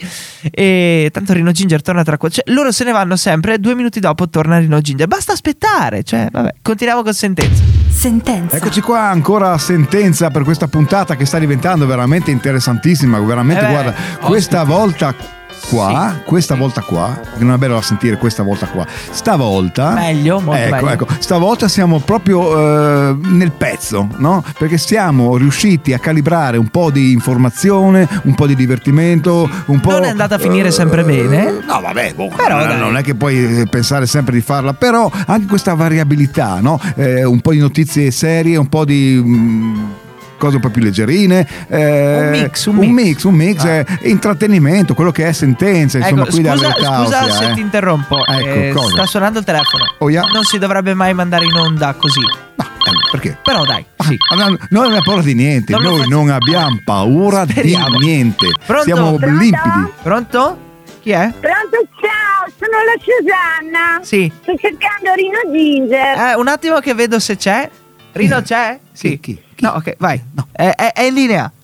Speaker 3: E tanto Rino Ginger torna tra qua. Cioè, loro se ne vanno sempre. Due minuti dopo torna Rino Ginger. Basta aspettare. Cioè, vabbè, continuiamo con sentenza.
Speaker 4: Sentenza.
Speaker 2: Eccoci qua, ancora sentenza per questa puntata che sta diventando veramente interessantissima. Veramente,
Speaker 3: Eh beh,
Speaker 2: guarda, questa volta qua,
Speaker 3: Sì,
Speaker 2: questa
Speaker 3: sì.
Speaker 2: volta qua, che non è bello da sentire questa volta qua. Stavolta
Speaker 3: Meglio, molto
Speaker 2: ecco,
Speaker 3: meglio.
Speaker 2: ecco, stavolta siamo proprio eh, nel pezzo, no? Perché siamo riusciti a calibrare un po' di informazione, un po' di divertimento, un po'.
Speaker 3: Non è andata a finire sempre bene.
Speaker 2: No, vabbè, boh,
Speaker 3: Però,
Speaker 2: non,
Speaker 3: dai.
Speaker 2: non è che puoi pensare sempre di farla, però anche questa variabilità, no? Eh, un po' di notizie serie, un po' di mm, cose un po' più leggerine, eh,
Speaker 3: Un mix, un
Speaker 2: un
Speaker 3: mix.
Speaker 2: mix, un mix, eh, intrattenimento, quello che è sentenza, insomma,
Speaker 3: Ecco,
Speaker 2: qui da
Speaker 3: scusa,
Speaker 2: Radio
Speaker 3: scusa
Speaker 2: Tausia,
Speaker 3: se
Speaker 2: eh.
Speaker 3: ti interrompo.
Speaker 2: Ecco,
Speaker 3: Eh,
Speaker 2: cosa?
Speaker 3: sta suonando il telefono.
Speaker 2: Oh, yeah.
Speaker 3: Non si dovrebbe mai mandare in onda così.
Speaker 2: Ma, eh, perché?
Speaker 3: Però dai, sì.
Speaker 2: Ah, no, noi non abbiamo paura di niente,
Speaker 3: Non lo
Speaker 2: noi
Speaker 3: faccio-
Speaker 2: non abbiamo paura
Speaker 3: Speriamo.
Speaker 2: di niente,
Speaker 3: Pronto?
Speaker 2: siamo
Speaker 3: Pronto?
Speaker 2: limpidi.
Speaker 3: Pronto? Chi è?
Speaker 6: Pronto, ciao, sono la Susanna.
Speaker 3: Sì.
Speaker 6: Sto cercando Rino Ginger.
Speaker 3: Eh, un attimo che vedo se c'è. Rino c'è? Sì.
Speaker 2: Chi? Chi?
Speaker 3: No, ok, vai. È, è- è in linea.
Speaker 6: Mm,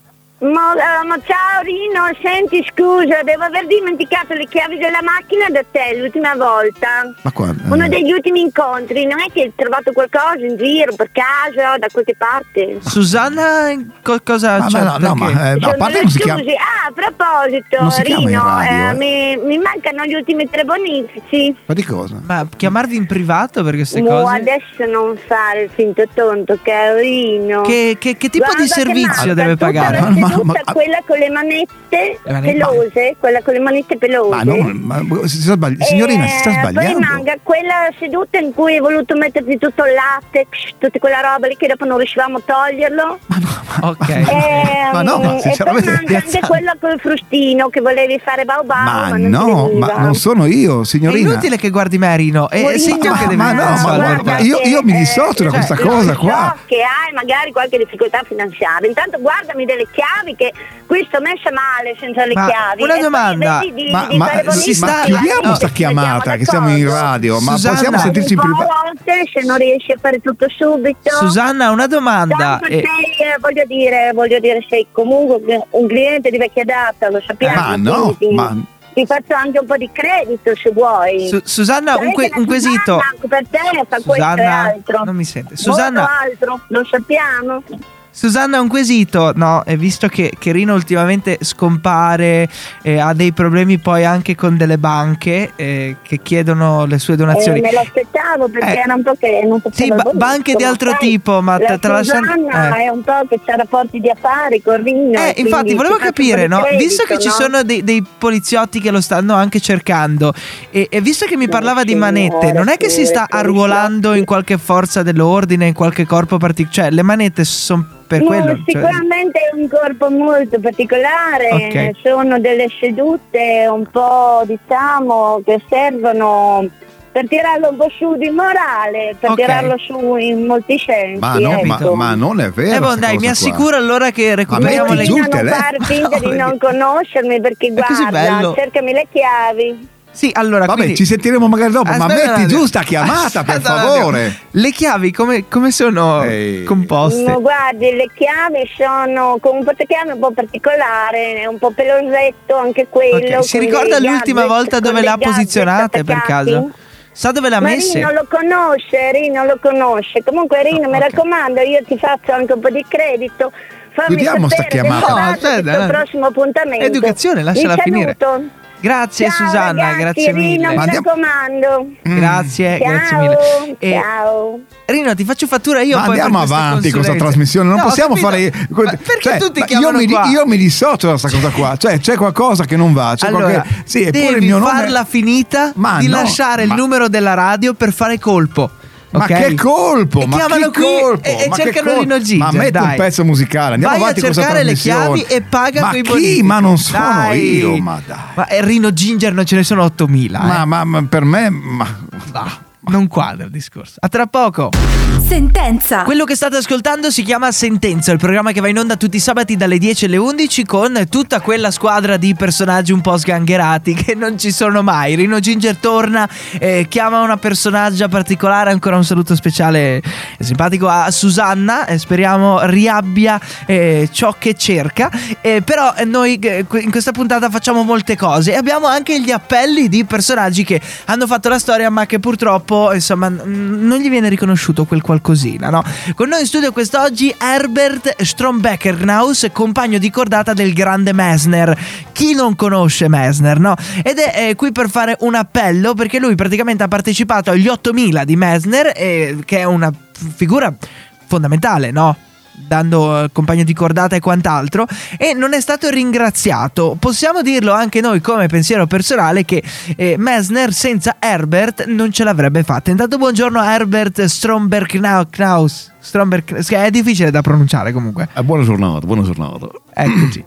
Speaker 6: Ma, uh, ma ciao Rino, senti scusa, devo aver dimenticato le chiavi della macchina da te l'ultima volta.
Speaker 2: Ma quando?
Speaker 6: Uno degli ultimi incontri, non è che hai trovato qualcosa in giro, per caso, da qualche parte?
Speaker 3: Susanna, co- cosa
Speaker 2: Ma,
Speaker 3: c'è?
Speaker 2: ma no, no,
Speaker 3: Perché?
Speaker 2: ma, eh, a
Speaker 6: Sono
Speaker 2: parte
Speaker 6: delle
Speaker 2: non si chiama.
Speaker 6: scuse. Ah, a proposito,
Speaker 2: Non si chiama in
Speaker 6: Rino,
Speaker 2: radio,
Speaker 6: eh,
Speaker 2: eh.
Speaker 6: mi, mi mancano gli ultimi tre bonifici.
Speaker 2: Ma di cosa?
Speaker 3: Ma chiamarvi in privato per queste
Speaker 6: Mo,
Speaker 3: cose?
Speaker 6: adesso non fare il finto tonto, carino.
Speaker 3: Che, che- che tipo
Speaker 6: Guarda
Speaker 3: di
Speaker 6: che
Speaker 3: servizio
Speaker 6: manca
Speaker 3: deve
Speaker 6: tutta
Speaker 3: pagare?
Speaker 6: la
Speaker 2: Ma-
Speaker 6: seduta,
Speaker 2: ma-
Speaker 6: quella con le manette
Speaker 3: Le manette-
Speaker 6: pelose, quella con le manette pelose.
Speaker 2: Ma no, ma si sta sbagli- signorina, si sta
Speaker 6: Eh,
Speaker 2: sbagliando.
Speaker 6: Poi manca quella seduta in cui hai voluto metterti tutto il latex, tutta quella roba lì che dopo non riuscivamo a toglierlo.
Speaker 2: Ma no, ma,
Speaker 3: Ok.
Speaker 6: Ehm,
Speaker 2: ma no, ma
Speaker 6: e poi
Speaker 2: sinceramente
Speaker 6: manca anche
Speaker 3: piazzale.
Speaker 6: quella col frustino che volevi fare bau bau,
Speaker 2: ma
Speaker 6: ma non
Speaker 2: no,
Speaker 6: ti
Speaker 2: ma
Speaker 6: veniva.
Speaker 2: non sono io,
Speaker 3: È
Speaker 2: signorina.
Speaker 3: inutile che guardi Merino. E
Speaker 6: Morino,
Speaker 3: sei tu che devi
Speaker 2: ma no, ma
Speaker 3: risolvere.
Speaker 2: guarda, io- io mi dissocio da questa
Speaker 6: lo
Speaker 2: cosa
Speaker 6: so
Speaker 2: qua.
Speaker 6: che hai magari qualche difficoltà finanziaria. Intanto guardami delle chiavi che qui sto messa male senza le
Speaker 3: Ma
Speaker 6: chiavi.
Speaker 3: una
Speaker 6: E poi
Speaker 3: domanda.
Speaker 6: vedi di-
Speaker 2: Ma,
Speaker 6: di
Speaker 2: ma,
Speaker 6: fare
Speaker 2: sì,
Speaker 6: bonifici,
Speaker 2: ma
Speaker 3: sta-
Speaker 2: chiudiamo
Speaker 3: no,
Speaker 2: sta
Speaker 6: ci
Speaker 2: chiamata
Speaker 6: mettiamo
Speaker 2: che siamo in
Speaker 6: d'accordo.
Speaker 2: radio, ma
Speaker 3: Susanna.
Speaker 2: possiamo sentirci in
Speaker 6: Un po'
Speaker 2: privato?
Speaker 6: a volte se non riesci a fare tutto subito.
Speaker 3: Susanna, una domanda.
Speaker 6: Tanto
Speaker 3: Eh,
Speaker 6: sei, eh, voglio dire, voglio dire, sei comunque un cliente di vecchia data, lo sappiamo.
Speaker 2: Ma no,
Speaker 6: quindi
Speaker 2: ma
Speaker 6: ti faccio anche un po' di credito se vuoi.
Speaker 3: Su- Susanna, un, que-
Speaker 6: Sai che
Speaker 3: un
Speaker 6: la
Speaker 3: quesito.
Speaker 6: Susanna anche per te fa questo e
Speaker 3: Susanna,
Speaker 6: altro.
Speaker 3: non mi sente.
Speaker 6: Molto
Speaker 3: Susanna,
Speaker 6: altro, lo sappiamo.
Speaker 3: Susanna, un quesito. No, e visto che, che Rino ultimamente scompare, eh, ha dei problemi poi anche con delle banche eh, che chiedono le sue donazioni.
Speaker 6: Eh, me l'aspettavo perché
Speaker 3: Eh,
Speaker 6: era un po' che non
Speaker 3: sì,
Speaker 6: faceva
Speaker 3: ba-
Speaker 6: bonito,
Speaker 3: banche di
Speaker 6: ma
Speaker 3: altro
Speaker 6: sai,
Speaker 3: tipo, ma
Speaker 6: la
Speaker 3: tra- tralasciando-
Speaker 6: Susanna
Speaker 3: eh.
Speaker 6: è un po' che c'ha rapporti di affari con Rino.
Speaker 3: Eh,
Speaker 6: e
Speaker 3: infatti,
Speaker 6: quindi
Speaker 3: volevo
Speaker 6: ti faccio
Speaker 3: capire,
Speaker 6: un po'
Speaker 3: no?
Speaker 6: di credito,
Speaker 3: Visto che ci
Speaker 6: no?
Speaker 3: sono dei, dei poliziotti che lo stanno anche cercando, e, e visto che mi parlava di manette, non è che si sta
Speaker 6: Signore,
Speaker 3: arruolando in qualche forza dell'ordine, in qualche corpo particolare? Cioè, le manette sono per
Speaker 6: No,
Speaker 3: quello. cioè-
Speaker 6: sicuramente è un corpo molto particolare,
Speaker 3: Ok.
Speaker 6: sono delle sedute un po', diciamo, che servono per tirarlo un po' su di morale, per
Speaker 3: Ok.
Speaker 6: tirarlo su in molti sensi.
Speaker 2: Ma, no, ma,
Speaker 6: ecco.
Speaker 2: ma non è vero.
Speaker 3: Eh, boh,
Speaker 2: sta
Speaker 3: dai,
Speaker 2: cosa
Speaker 3: mi
Speaker 2: qua.
Speaker 3: assicuro allora che recuperiamo
Speaker 2: metti
Speaker 3: le
Speaker 2: giù il
Speaker 6: non
Speaker 2: telefono.
Speaker 6: far finta di
Speaker 3: No,
Speaker 6: non conoscermi perché
Speaker 3: È così bello.
Speaker 6: guarda, cercami le chiavi.
Speaker 3: Sì, allora,
Speaker 2: Vabbè,
Speaker 3: quindi-
Speaker 2: ci sentiremo magari dopo, ma
Speaker 3: Aspetta un
Speaker 2: metti
Speaker 3: attimo.
Speaker 2: giù sta chiamata, per
Speaker 3: Aspetta un attimo.
Speaker 2: favore.
Speaker 3: Le chiavi come, come sono
Speaker 2: Ehi.
Speaker 3: composte?
Speaker 6: No, guardi, le chiavi sono con un portachiavi un po' particolare, è un po' pelosetto anche quello.
Speaker 3: Ok, Si
Speaker 6: con
Speaker 3: ricorda
Speaker 6: dei
Speaker 3: l'ultima
Speaker 6: gadget-
Speaker 3: volta
Speaker 6: con
Speaker 3: dove
Speaker 6: dei
Speaker 3: le ha
Speaker 6: gadget
Speaker 3: posizionate per
Speaker 6: attaccati?
Speaker 3: caso? Sa dove le ha
Speaker 6: Ma
Speaker 3: messe?
Speaker 6: Rino lo conosce, Rino lo conosce. Comunque Rino,
Speaker 3: No,
Speaker 6: mi
Speaker 3: ok.
Speaker 6: raccomando, io ti faccio anche un po' di credito. Fammi
Speaker 2: Chiudiamo sta
Speaker 6: sapere
Speaker 2: chiamata.
Speaker 6: del
Speaker 3: No,
Speaker 6: fatto
Speaker 3: aspetta,
Speaker 6: del
Speaker 3: no.
Speaker 6: prossimo appuntamento.
Speaker 3: Educazione, lasciala
Speaker 6: Vi
Speaker 3: finire.
Speaker 6: saluto.
Speaker 3: Grazie
Speaker 6: Ciao,
Speaker 3: Susanna,
Speaker 6: ragazzi,
Speaker 3: grazie
Speaker 6: Rino,
Speaker 3: mille.
Speaker 6: mi
Speaker 2: Ma andiamo-
Speaker 6: raccomando.
Speaker 3: Grazie,
Speaker 6: Ciao,
Speaker 3: grazie mille. E-
Speaker 6: ciao.
Speaker 3: Rino, ti faccio fattura io
Speaker 2: Ma
Speaker 3: poi
Speaker 2: andiamo
Speaker 3: per queste
Speaker 2: avanti con questa
Speaker 3: consulenze.
Speaker 2: trasmissione, non
Speaker 3: No, ho
Speaker 2: possiamo
Speaker 3: capito.
Speaker 2: fare.
Speaker 3: Ma perché
Speaker 2: cioè,
Speaker 3: tutti
Speaker 2: ma
Speaker 3: chiamano
Speaker 2: io, mi,
Speaker 3: qua?
Speaker 2: io mi dissocio da questa cosa qua. Cioè, c'è qualcosa che non va. C'è
Speaker 3: Allora,
Speaker 2: qualche- sì, eppure
Speaker 3: devi
Speaker 2: il mio nome.
Speaker 3: farla finita
Speaker 2: Ma
Speaker 3: di
Speaker 2: no,
Speaker 3: lasciare
Speaker 2: ma-
Speaker 3: il numero della radio per fare colpo.
Speaker 2: Ma
Speaker 3: ok?
Speaker 2: che colpo!
Speaker 3: E
Speaker 2: ma
Speaker 3: chiamalo
Speaker 2: che
Speaker 3: qui
Speaker 2: colpo!
Speaker 3: e, e
Speaker 2: ma che
Speaker 3: cercano
Speaker 2: colpo!
Speaker 3: Rino Ginger,
Speaker 2: Ma metti
Speaker 3: dai.
Speaker 2: un pezzo musicale, andiamo
Speaker 3: Vai
Speaker 2: avanti
Speaker 3: a
Speaker 2: con questa
Speaker 3: cercare le
Speaker 2: trasmissione.
Speaker 3: chiavi e paga
Speaker 2: ma
Speaker 3: quei
Speaker 2: chi?
Speaker 3: bonifici.
Speaker 2: Ma non sono
Speaker 3: Dai.
Speaker 2: io, ma dai.
Speaker 3: Ma eh, Rino Ginger non ce ne sono ottomila.
Speaker 2: Ma,
Speaker 3: eh.
Speaker 2: ma- ma per me. Ma,
Speaker 3: No, non quadra il discorso. A tra poco.
Speaker 4: Sentenza.
Speaker 3: Quello che state ascoltando si chiama Sentenza, il programma che va in onda tutti i sabati dalle dieci alle undici con tutta quella squadra di personaggi un po' sgangherati che non ci sono mai. Rino Ginger torna, eh, chiama una personaggia particolare, ancora un saluto speciale e simpatico a Susanna, e speriamo riabbia eh, ciò che cerca. Eh, però eh, noi eh, in questa puntata facciamo molte cose e abbiamo anche gli appelli di personaggi che hanno fatto la storia ma che purtroppo insomma n- non gli viene riconosciuto quel qualcosina, no? Con noi in studio quest'oggi Herbert Strombeckernhaus, compagno di cordata del grande Messner. Chi non conosce Messner, no? Ed è eh, qui per fare un appello perché lui praticamente ha partecipato agli ottomila di Messner, eh, che è una f- figura fondamentale, no? Dando eh, compagno di cordata e quant'altro, e non è stato ringraziato. Possiamo dirlo anche noi come pensiero personale che eh, Messner senza Herbert non ce l'avrebbe fatta. Intanto buongiorno Herbert Strombeckernhaus. Stromberg, che è difficile da pronunciare comunque.
Speaker 2: Eh, buona giornata, buona giornata.
Speaker 3: Eccoci.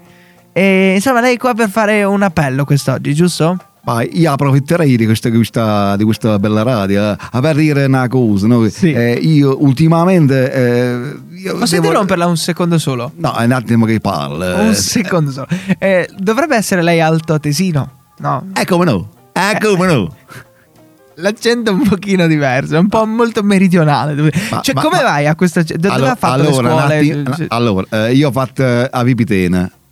Speaker 3: E, insomma, lei è qua per fare un appello quest'oggi, giusto?
Speaker 2: Ma io approfitterei di questa, questa- di questa bella radio eh, a per dire una cosa, no?
Speaker 3: Sì.
Speaker 2: Eh, io ultimamente eh, io
Speaker 3: Posso
Speaker 2: devo-
Speaker 3: interromperla un secondo solo?
Speaker 2: No, è un attimo che parla.
Speaker 3: Un secondo solo. Eh, dovrebbe essere lei alto tesino, no?
Speaker 2: Eh come no? Eh come no?
Speaker 3: L'accento è un pochino diverso, è un po' molto meridionale. Dove-
Speaker 2: Ma-
Speaker 3: cioè,
Speaker 2: ma-
Speaker 3: come
Speaker 2: ma-
Speaker 3: vai a questo? Dove
Speaker 2: allora,
Speaker 3: ha fatto
Speaker 2: allora,
Speaker 3: le
Speaker 2: un
Speaker 3: scuole?
Speaker 2: attimo-
Speaker 3: Cioè-
Speaker 2: allora, eh, io ho fatto eh, a Vipitena.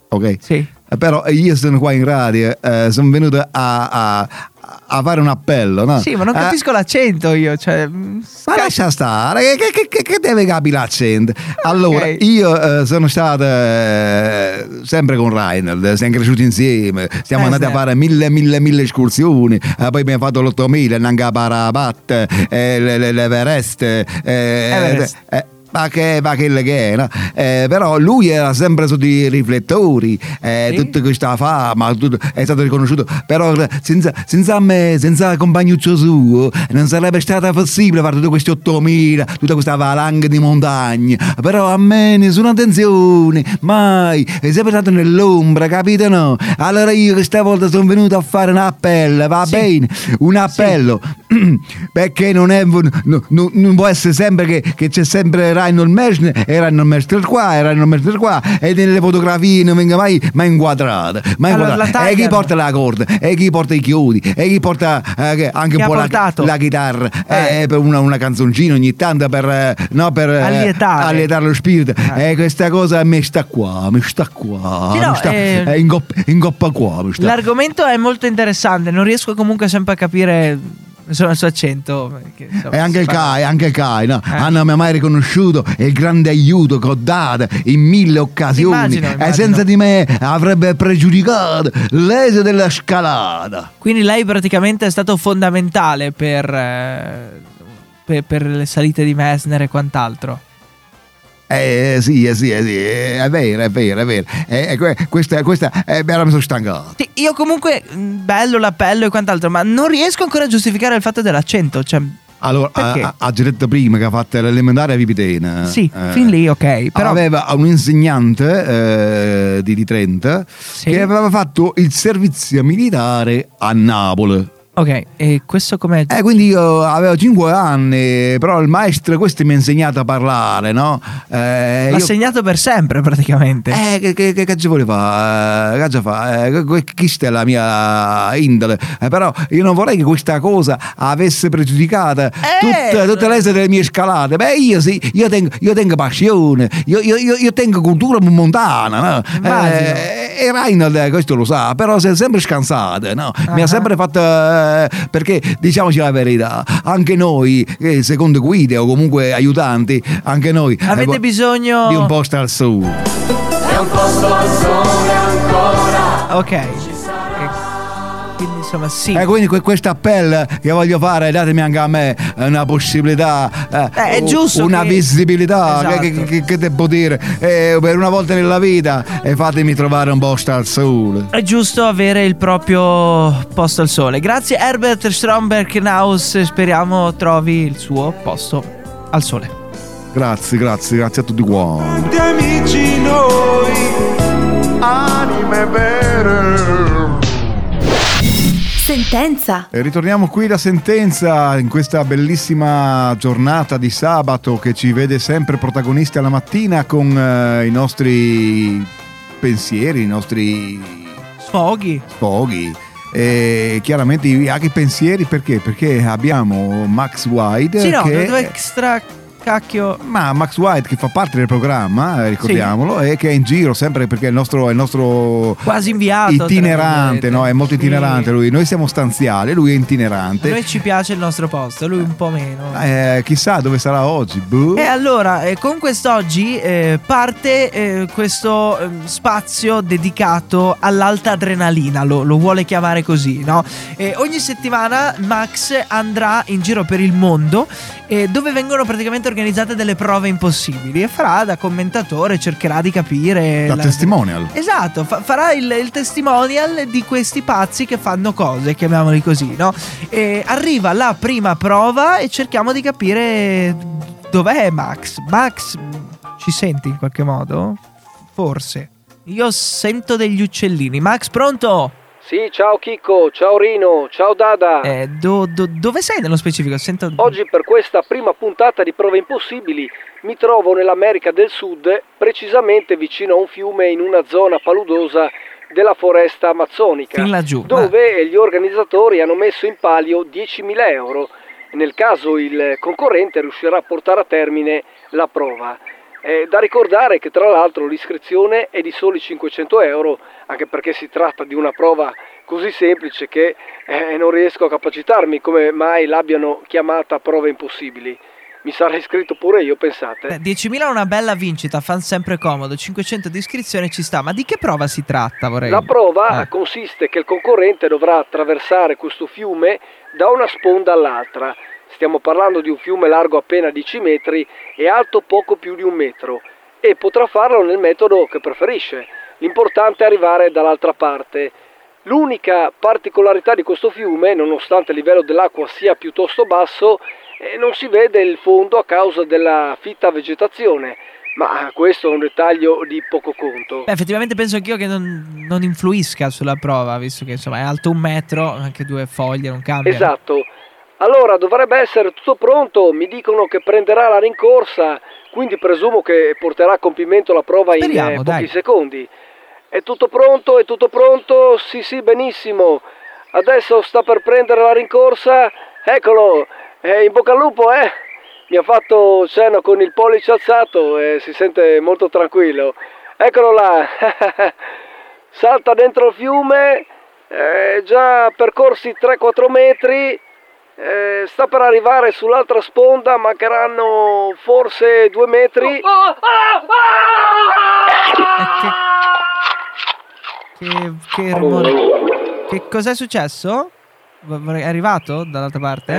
Speaker 2: ok?
Speaker 3: Sì.
Speaker 2: Eh, Però io sono qua in radio, eh, sono venuto a, a- a fare un appello, no?
Speaker 3: Sì, ma non
Speaker 2: Eh,
Speaker 3: capisco l'accento io, cioè... mm,
Speaker 2: Ma
Speaker 3: sca-
Speaker 2: lascia stare, che, che- che- che deve capire l'accento? Allora,
Speaker 3: Ok.
Speaker 2: io eh, sono stato eh, sempre con Reinhold, siamo cresciuti insieme, siamo
Speaker 3: Eh,
Speaker 2: andati
Speaker 3: sì.
Speaker 2: a fare mille, mille, mille escursioni, eh, poi abbiamo fatto l'ottomila, anche a Parabat, eh, le- le- l'Everest. eh,
Speaker 3: Everest.
Speaker 2: eh, ma che, ma che che è, no? Eh, però lui era sempre sotto i riflettori, eh,
Speaker 3: Sì?
Speaker 2: tutta questa fama, tutto- è stato riconosciuto, però senza, senza me, senza il compagnuccio suo, non sarebbe stata possibile fare tutte queste ottomila, tutta questa valanga di montagne. Però a me nessuna attenzione, mai, è sempre stato nell'ombra, capite no? Allora io questa volta sono venuto a fare un appello, va
Speaker 3: Sì.
Speaker 2: bene? Un appello, perché non è, no- no- non può essere sempre che, che c'è sempre Reinhold Messner e Reinhold Messner qua e Reinhold Messner qua e nelle fotografie non venga mai, mai inquadrata, mai
Speaker 3: Allora,
Speaker 2: inquadrata.
Speaker 3: la
Speaker 2: E chi
Speaker 3: Tiger-
Speaker 2: porta la corda, e chi porta i chiodi, e chi porta eh, che- anche
Speaker 3: Chi
Speaker 2: un
Speaker 3: ha
Speaker 2: po' la,
Speaker 3: portato?
Speaker 2: la chitarra,
Speaker 3: Eh.
Speaker 2: eh, per una, una canzoncina ogni tanto per, eh, no, per eh,
Speaker 3: Allietare.
Speaker 2: allietare lo spirito.
Speaker 3: Eh.
Speaker 2: E questa cosa mi sta qua, mi sta qua,
Speaker 3: Sì, no,
Speaker 2: mi sta,
Speaker 3: eh,
Speaker 2: eh, ingoppa, ingoppa qua. Mi sta.
Speaker 3: L'argomento è molto interessante, non riesco comunque sempre a capire insomma, il suo accento. perché, insomma,
Speaker 2: E anche
Speaker 3: si
Speaker 2: il
Speaker 3: parla-
Speaker 2: Kai, anche il Kai, no?
Speaker 3: Eh.
Speaker 2: Ah, non mi ha mai riconosciuto il grande aiuto che ho dato in mille occasioni.
Speaker 3: Immagino,
Speaker 2: E
Speaker 3: immagino.
Speaker 2: senza di me avrebbe pregiudicato l'esito della scalata.
Speaker 3: Quindi lei praticamente è stato fondamentale per, eh, per, per le salite di Messner e quant'altro.
Speaker 2: Eh sì, eh sì, eh sì, eh, è vero, è vero, è vero. Eh, eh, que- questa, questa, eh, beh, mi sono stancato.
Speaker 3: Sì, io comunque, mh, bello l'appello e quant'altro, ma non riesco ancora a giustificare il fatto dell'accento. Cioè,
Speaker 2: Allora,
Speaker 3: Perché?
Speaker 2: ha, ha già detto prima che ha fatto l'elementare a Vipitena.
Speaker 3: sì,
Speaker 2: eh,
Speaker 3: fin lì ok, però...
Speaker 2: aveva un insegnante eh, di, di Trento
Speaker 3: Sì.
Speaker 2: che aveva fatto il servizio militare a Napoli.
Speaker 3: Ok, e questo com'è?
Speaker 2: Eh, quindi io avevo cinque anni, però il maestro questo mi ha insegnato a parlare, no? Eh,
Speaker 3: L'ha
Speaker 2: io-
Speaker 3: segnato per sempre praticamente.
Speaker 2: Eh, che, che, che cazzo vuole fare? Eh, Che cazzo fa? Eh, que- que- questa è la mia indole. Eh, però io non vorrei che questa cosa avesse pregiudicato tutte, tutte le delle mie scalate. Beh, io sì, io tengo, io tengo passione, io, io, io, io tengo cultura montana, no?
Speaker 3: Immagino.
Speaker 2: Eh, e Reinhold eh, questo lo sa, però si è sempre scansato, no? Mi
Speaker 3: Ah.
Speaker 2: ha sempre fatto... eh, perché, diciamoci la verità, anche noi, eh, secondo guide o comunque aiutanti, anche noi...
Speaker 3: Avete
Speaker 2: eh,
Speaker 3: bisogno...
Speaker 2: di un posto al sud.
Speaker 3: Ok. E quindi insomma sì.
Speaker 2: E quindi questo appello che voglio fare, datemi anche a me una possibilità, eh,
Speaker 3: Eh, è giusto
Speaker 2: una
Speaker 3: che-
Speaker 2: visibilità,
Speaker 3: Esatto.
Speaker 2: che, che- che- che devo dire, eh, per una volta nella vita, e fatemi trovare un posto al sole.
Speaker 3: È giusto avere il proprio posto al sole. Grazie Herbert Stromberg-Naus, speriamo trovi il suo posto al sole.
Speaker 2: Grazie, grazie, grazie a tutti quanti.
Speaker 7: Amici noi, anime vere.
Speaker 4: Sentenza.
Speaker 2: E ritorniamo qui da Sentenza in questa bellissima giornata di sabato che ci vede sempre protagonisti alla mattina con eh, i nostri pensieri, i nostri
Speaker 3: Sfoghi.
Speaker 2: sfoghi. E chiaramente anche i pensieri perché? Perché abbiamo Max White
Speaker 3: Sì, no,
Speaker 2: che
Speaker 3: dove extra cacchio.
Speaker 2: ma Max White che fa parte del programma, eh, ricordiamolo, e che è in giro sempre perché è il nostro, è il nostro
Speaker 3: Quasi inviato.
Speaker 2: itinerante,
Speaker 3: tra
Speaker 2: no? È molto
Speaker 3: virgolette.
Speaker 2: itinerante
Speaker 3: Sì.
Speaker 2: lui. Noi siamo stanziali, lui è
Speaker 3: A
Speaker 2: itinerante.
Speaker 3: noi ci piace il nostro posto, lui un po' meno.
Speaker 2: Eh, chissà dove sarà oggi. Boh.
Speaker 3: E allora, eh, con quest'oggi eh, parte eh, questo eh, spazio dedicato all'alta adrenalina, lo, lo vuole chiamare così, no? E ogni settimana Max andrà in giro per il mondo eh, dove vengono praticamente organizzate delle prove impossibili e farà da commentatore, cercherà di capire...
Speaker 2: Da
Speaker 3: la-
Speaker 2: testimonial.
Speaker 3: Esatto, fa- farà il, il testimonial di questi pazzi che fanno cose, chiamiamoli così, no? E arriva la prima prova e cerchiamo di capire dov'è Max. Max, ci senti in qualche modo? Forse. Io sento degli uccellini. Max, pronto?
Speaker 8: Sì, ciao Chicco, ciao Rino, ciao Dada.
Speaker 3: Eh, do- do- dove sei nello specifico? Sento...
Speaker 8: Oggi per questa prima puntata di Prove Impossibili mi trovo nell'America del Sud, precisamente vicino a un fiume in una zona paludosa della foresta amazzonica,
Speaker 3: Fin laggiù.
Speaker 8: dove gli organizzatori hanno messo in palio diecimila euro nel caso il concorrente riuscirà a portare a termine la prova. Eh, da ricordare che tra l'altro l'iscrizione è di soli cinquecento euro, anche perché si tratta di una prova così semplice che eh, non riesco a capacitarmi come mai l'abbiano chiamata prove impossibili. Mi sarei iscritto pure io, pensate.
Speaker 3: Beh, diecimila è una bella vincita, fan sempre comodo, cinquecento di iscrizione ci sta, ma di che prova si tratta? Vorrei...
Speaker 8: La prova
Speaker 3: eh.
Speaker 8: consiste che il concorrente dovrà attraversare questo fiume da una sponda all'altra. Stiamo parlando di un fiume largo appena dieci metri e alto poco più di un metro, e potrà farlo nel metodo che preferisce. L'importante è arrivare dall'altra parte. L'unica particolarità di questo fiume, nonostante il livello dell'acqua sia piuttosto basso, eh, non si vede il fondo a causa della fitta vegetazione, ma questo è un dettaglio di poco conto.
Speaker 3: Beh, effettivamente penso anch'io che non, non influisca sulla prova, visto che insomma è alto un metro, anche due foglie non cambiano.
Speaker 8: Esatto. Allora, dovrebbe essere tutto pronto, mi dicono che prenderà la rincorsa, quindi presumo che porterà a compimento la prova
Speaker 3: Speriamo,
Speaker 8: in eh, pochi
Speaker 3: dai.
Speaker 8: secondi. È tutto pronto, è tutto pronto, sì sì, benissimo. Adesso sta per prendere la rincorsa, eccolo, eh, in bocca al lupo, eh. Mi ha fatto cenno con il pollice alzato e si sente molto tranquillo. Eccolo là, salta dentro il fiume, eh, già percorsi tre quattro metri. Eh, sta per arrivare sull'altra sponda, mancheranno forse due metri.
Speaker 3: Eh, che, che, che rumore. Che cos'è successo? È arrivato dall'altra parte?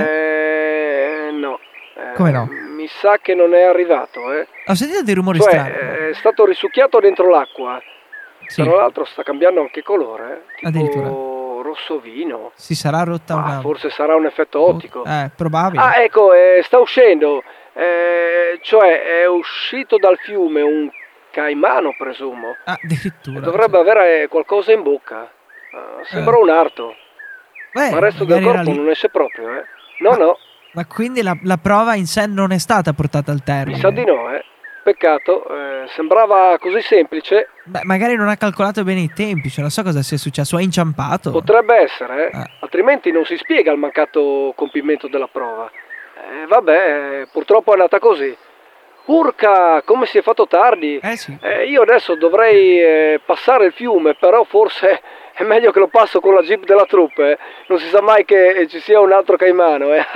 Speaker 8: Eh, no. Eh,
Speaker 3: Come no?
Speaker 8: Mi sa che non è arrivato, eh.
Speaker 3: Ho sentito dei rumori
Speaker 8: Cioè,
Speaker 3: strani.
Speaker 8: è stato risucchiato dentro l'acqua.
Speaker 3: Sì.
Speaker 8: Tra l'altro sta cambiando anche colore, eh. Tipo
Speaker 3: Addirittura.
Speaker 8: rosso vino.
Speaker 3: Si sarà rotta
Speaker 8: Ah,
Speaker 3: una...
Speaker 8: forse sarà un effetto ottico.
Speaker 3: Eh, probabile.
Speaker 8: Ah, ecco, eh, sta uscendo. Eh, cioè, è uscito dal fiume un caimano, presumo.
Speaker 3: Ah, addirittura.
Speaker 8: Dovrebbe
Speaker 3: cioè.
Speaker 8: avere qualcosa in bocca. Uh, sembra
Speaker 3: Eh.
Speaker 8: un arto.
Speaker 3: Beh,
Speaker 8: Ma il resto del
Speaker 3: magari era
Speaker 8: corpo
Speaker 3: lì.
Speaker 8: non esce proprio, eh. No,
Speaker 3: Ma-
Speaker 8: no,
Speaker 3: Ma quindi la, la prova in sé non è stata portata al termine?
Speaker 8: mi sa di no, eh. Peccato, eh, sembrava così semplice.
Speaker 3: Beh, magari non ha calcolato bene i tempi, cioè non so cosa sia successo, ha inciampato.
Speaker 8: Potrebbe essere, eh.
Speaker 3: Ah.
Speaker 8: Altrimenti non si spiega il mancato compimento della prova. Eh, vabbè, eh, purtroppo è andata così. Urca, come si è fatto tardi.
Speaker 3: Eh sì.
Speaker 8: Eh, io adesso dovrei eh, passare il fiume, però forse è meglio che lo passo con la jeep della troupe. Eh. Non si sa mai che eh, ci sia un altro caimano. Eh.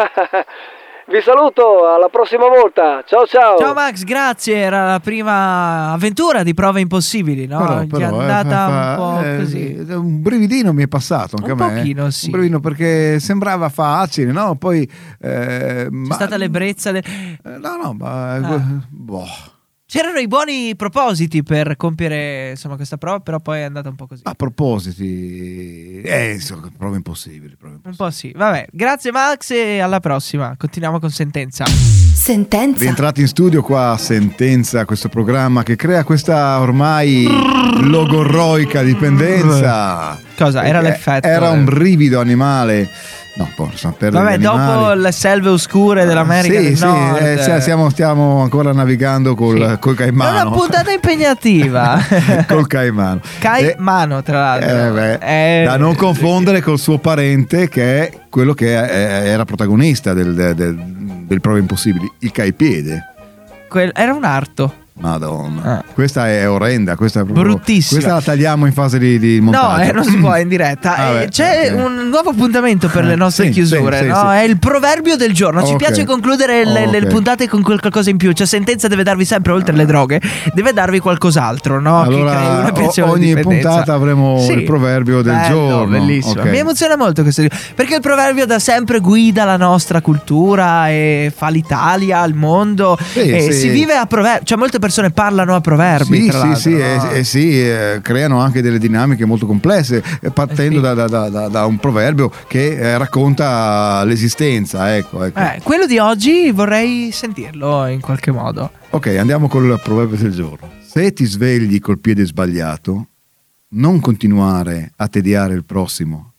Speaker 8: Vi saluto, alla prossima volta. Ciao ciao.
Speaker 3: Ciao Max, grazie, era la prima avventura di prove impossibili, no?
Speaker 2: Però,
Speaker 3: Gli
Speaker 2: però,
Speaker 3: è
Speaker 2: eh,
Speaker 3: andata
Speaker 2: fa-
Speaker 3: un po'
Speaker 2: eh,
Speaker 3: così.
Speaker 2: Un brividino mi è passato anche
Speaker 3: Un
Speaker 2: a me.
Speaker 3: pochino, sì.
Speaker 2: Un brividino perché sembrava facile, no? Poi eh,
Speaker 3: C'è
Speaker 2: ma-
Speaker 3: stata l'ebbrezza del...
Speaker 2: eh, no, no, ma
Speaker 3: Ah.
Speaker 2: boh.
Speaker 3: C'erano i buoni propositi per compiere insomma questa prova, però poi è andata un po' così.
Speaker 2: A propositi, eh, insomma, prove impossibili, prove
Speaker 3: Un
Speaker 2: impossibili.
Speaker 3: po' sì. Vabbè, grazie Max e alla prossima. Continuiamo con Sentenza.
Speaker 4: Sentenza.
Speaker 2: Rientrati in studio qua a Sentenza, questo programma che crea questa ormai logorroica dipendenza.
Speaker 3: Cosa? Era
Speaker 2: Eh,
Speaker 3: l'effetto.
Speaker 2: Era
Speaker 3: eh.
Speaker 2: un brivido animale. No, poi sono per
Speaker 3: Vabbè,
Speaker 2: gli
Speaker 3: dopo
Speaker 2: animali.
Speaker 3: le selve oscure dell'America
Speaker 2: sì,
Speaker 3: del
Speaker 2: sì,
Speaker 3: Nord.
Speaker 2: eh, cioè, stiamo, stiamo ancora navigando col,
Speaker 3: Sì.
Speaker 2: col
Speaker 3: È
Speaker 2: caimano.
Speaker 3: una puntata impegnativa.
Speaker 2: Col caimano.
Speaker 3: Caimano, tra l'altro.
Speaker 2: Eh, beh,
Speaker 3: Eh,
Speaker 2: da non confondere col suo parente che è quello che è- era protagonista del, del, del, del Prove Impossibili, il caipiede.
Speaker 3: quel- era un arto.
Speaker 2: Madonna,
Speaker 3: Ah.
Speaker 2: questa è orrenda, questa è proprio,
Speaker 3: Bruttissima.
Speaker 2: questa la tagliamo in fase di, di
Speaker 3: No,
Speaker 2: montaggio.
Speaker 3: eh, non si può in diretta.
Speaker 2: Ah,
Speaker 3: Eh,
Speaker 2: beh,
Speaker 3: c'è
Speaker 2: ok.
Speaker 3: un nuovo appuntamento per le
Speaker 2: Eh,
Speaker 3: nostre
Speaker 2: sì,
Speaker 3: chiusure,
Speaker 2: sì, sì,
Speaker 3: no?
Speaker 2: sì.
Speaker 3: È il proverbio del giorno. Ci
Speaker 2: Ok.
Speaker 3: piace concludere le, le
Speaker 2: Ok.
Speaker 3: puntate con qualcosa in più. Cioè, Sentenza deve darvi sempre, oltre le droghe, deve darvi qualcos'altro, no? Che crei
Speaker 2: Allora,
Speaker 3: una piacevole
Speaker 2: o- ogni
Speaker 3: dipendenza.
Speaker 2: puntata avremo
Speaker 3: Sì.
Speaker 2: il proverbio del
Speaker 3: Bello,
Speaker 2: giorno.
Speaker 3: Bellissimo.
Speaker 2: Ok.
Speaker 3: Mi emoziona molto questo, perché il proverbio da sempre guida la nostra cultura e fa l'Italia, il mondo.
Speaker 2: Sì,
Speaker 3: e
Speaker 2: sì.
Speaker 3: si vive a proverbi. Cioè, molte persone parlano a proverbi.
Speaker 2: Sì,
Speaker 3: tra
Speaker 2: sì,
Speaker 3: l'altro,
Speaker 2: sì,
Speaker 3: no?
Speaker 2: eh, eh, sì, eh, creano anche delle dinamiche molto complesse, eh, partendo
Speaker 3: Eh sì.
Speaker 2: da, da- da- da- da un proverbio che eh, racconta l'esistenza. Ecco, ecco.
Speaker 3: Eh, quello di oggi vorrei sentirlo in qualche modo.
Speaker 2: Ok, andiamo col proverbio del giorno. Se ti svegli col piede sbagliato, non continuare a tediare il prossimo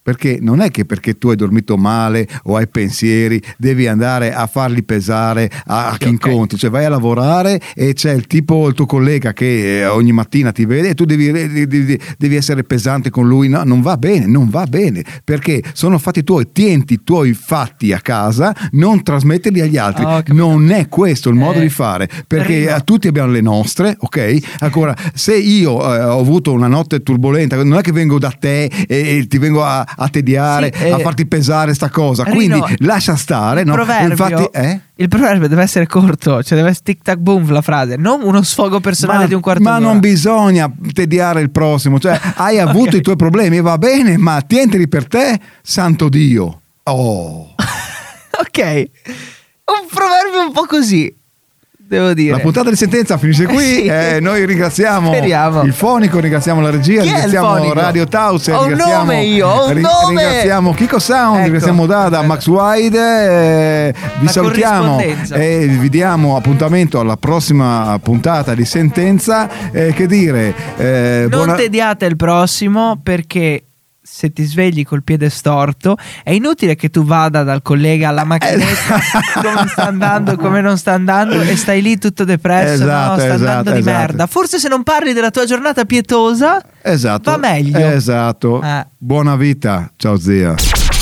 Speaker 2: Perché non è che perché tu hai dormito male o hai pensieri devi andare a farli pesare a, a chi incontri, cioè vai a lavorare e c'è il tipo, il tuo collega che ogni mattina ti vede e tu devi, devi, devi essere pesante con lui. No, non va bene, non va bene, perché sono fatti tuoi, tienti i tuoi fatti a casa, non trasmetterli agli altri.
Speaker 3: Oh,
Speaker 2: non è questo il modo
Speaker 3: eh,
Speaker 2: di fare, perché
Speaker 3: arrivo.
Speaker 2: tutti abbiamo le nostre, ok? Ancora, se io eh, ho avuto una notte turbolenta, non è che vengo da te e, e ti vengo a a tediare,
Speaker 3: sì, eh,
Speaker 2: a farti pesare sta cosa,
Speaker 3: Rino,
Speaker 2: quindi lascia stare,
Speaker 3: il
Speaker 2: no?
Speaker 3: proverbio,
Speaker 2: Infatti, eh?
Speaker 3: il proverbio deve essere corto, cioè deve essere tic tac boom la frase, non uno sfogo personale
Speaker 2: ma,
Speaker 3: di un quarto
Speaker 2: ma
Speaker 3: d'ora.
Speaker 2: non bisogna tediare il prossimo, cioè hai avuto
Speaker 3: Okay.
Speaker 2: i tuoi problemi, va bene, ma tienteli per te, santo Dio. Oh.
Speaker 3: Ok, un proverbio un po' così, devo dire.
Speaker 2: La puntata di Sentenza finisce qui.
Speaker 3: Sì.
Speaker 2: Eh, noi ringraziamo
Speaker 3: Speriamo.
Speaker 2: il fonico, ringraziamo la regia,
Speaker 3: Chi è il
Speaker 2: ringraziamo
Speaker 3: fonico?
Speaker 2: Radio Tausia,
Speaker 3: Ho un
Speaker 2: ringraziamo,
Speaker 3: nome io, ho un
Speaker 2: ri-
Speaker 3: nome!
Speaker 2: ringraziamo Kiko Sound,
Speaker 3: Ecco.
Speaker 2: ringraziamo Dada, Max Wide. eh, vi
Speaker 3: La
Speaker 2: salutiamo
Speaker 3: corrispondenza.
Speaker 2: e vi diamo appuntamento alla prossima puntata di Sentenza. Eh, che dire, eh,
Speaker 3: Non
Speaker 2: buona-
Speaker 3: tediate il prossimo, perché se ti svegli col piede storto è inutile che tu vada dal collega alla macchinetta come sta andando, come non sta andando, e stai lì tutto depresso.
Speaker 2: Esatto,
Speaker 3: no, sta
Speaker 2: esatto,
Speaker 3: andando di
Speaker 2: esatto.
Speaker 3: merda. Forse se non parli della tua giornata pietosa
Speaker 2: esatto,
Speaker 3: va meglio.
Speaker 2: Esatto.
Speaker 3: Eh.
Speaker 2: Buona vita, ciao zia.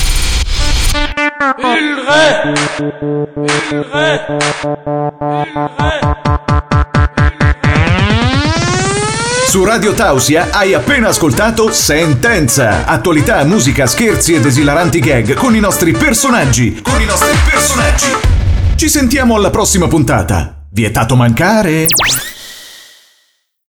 Speaker 7: Il re! Il re! Il re!
Speaker 1: Su Radio Tausia hai appena ascoltato Sentenza. Attualità, musica, scherzi ed esilaranti gag con i nostri personaggi. Con i nostri personaggi. Ci sentiamo alla prossima puntata. Vietato mancare.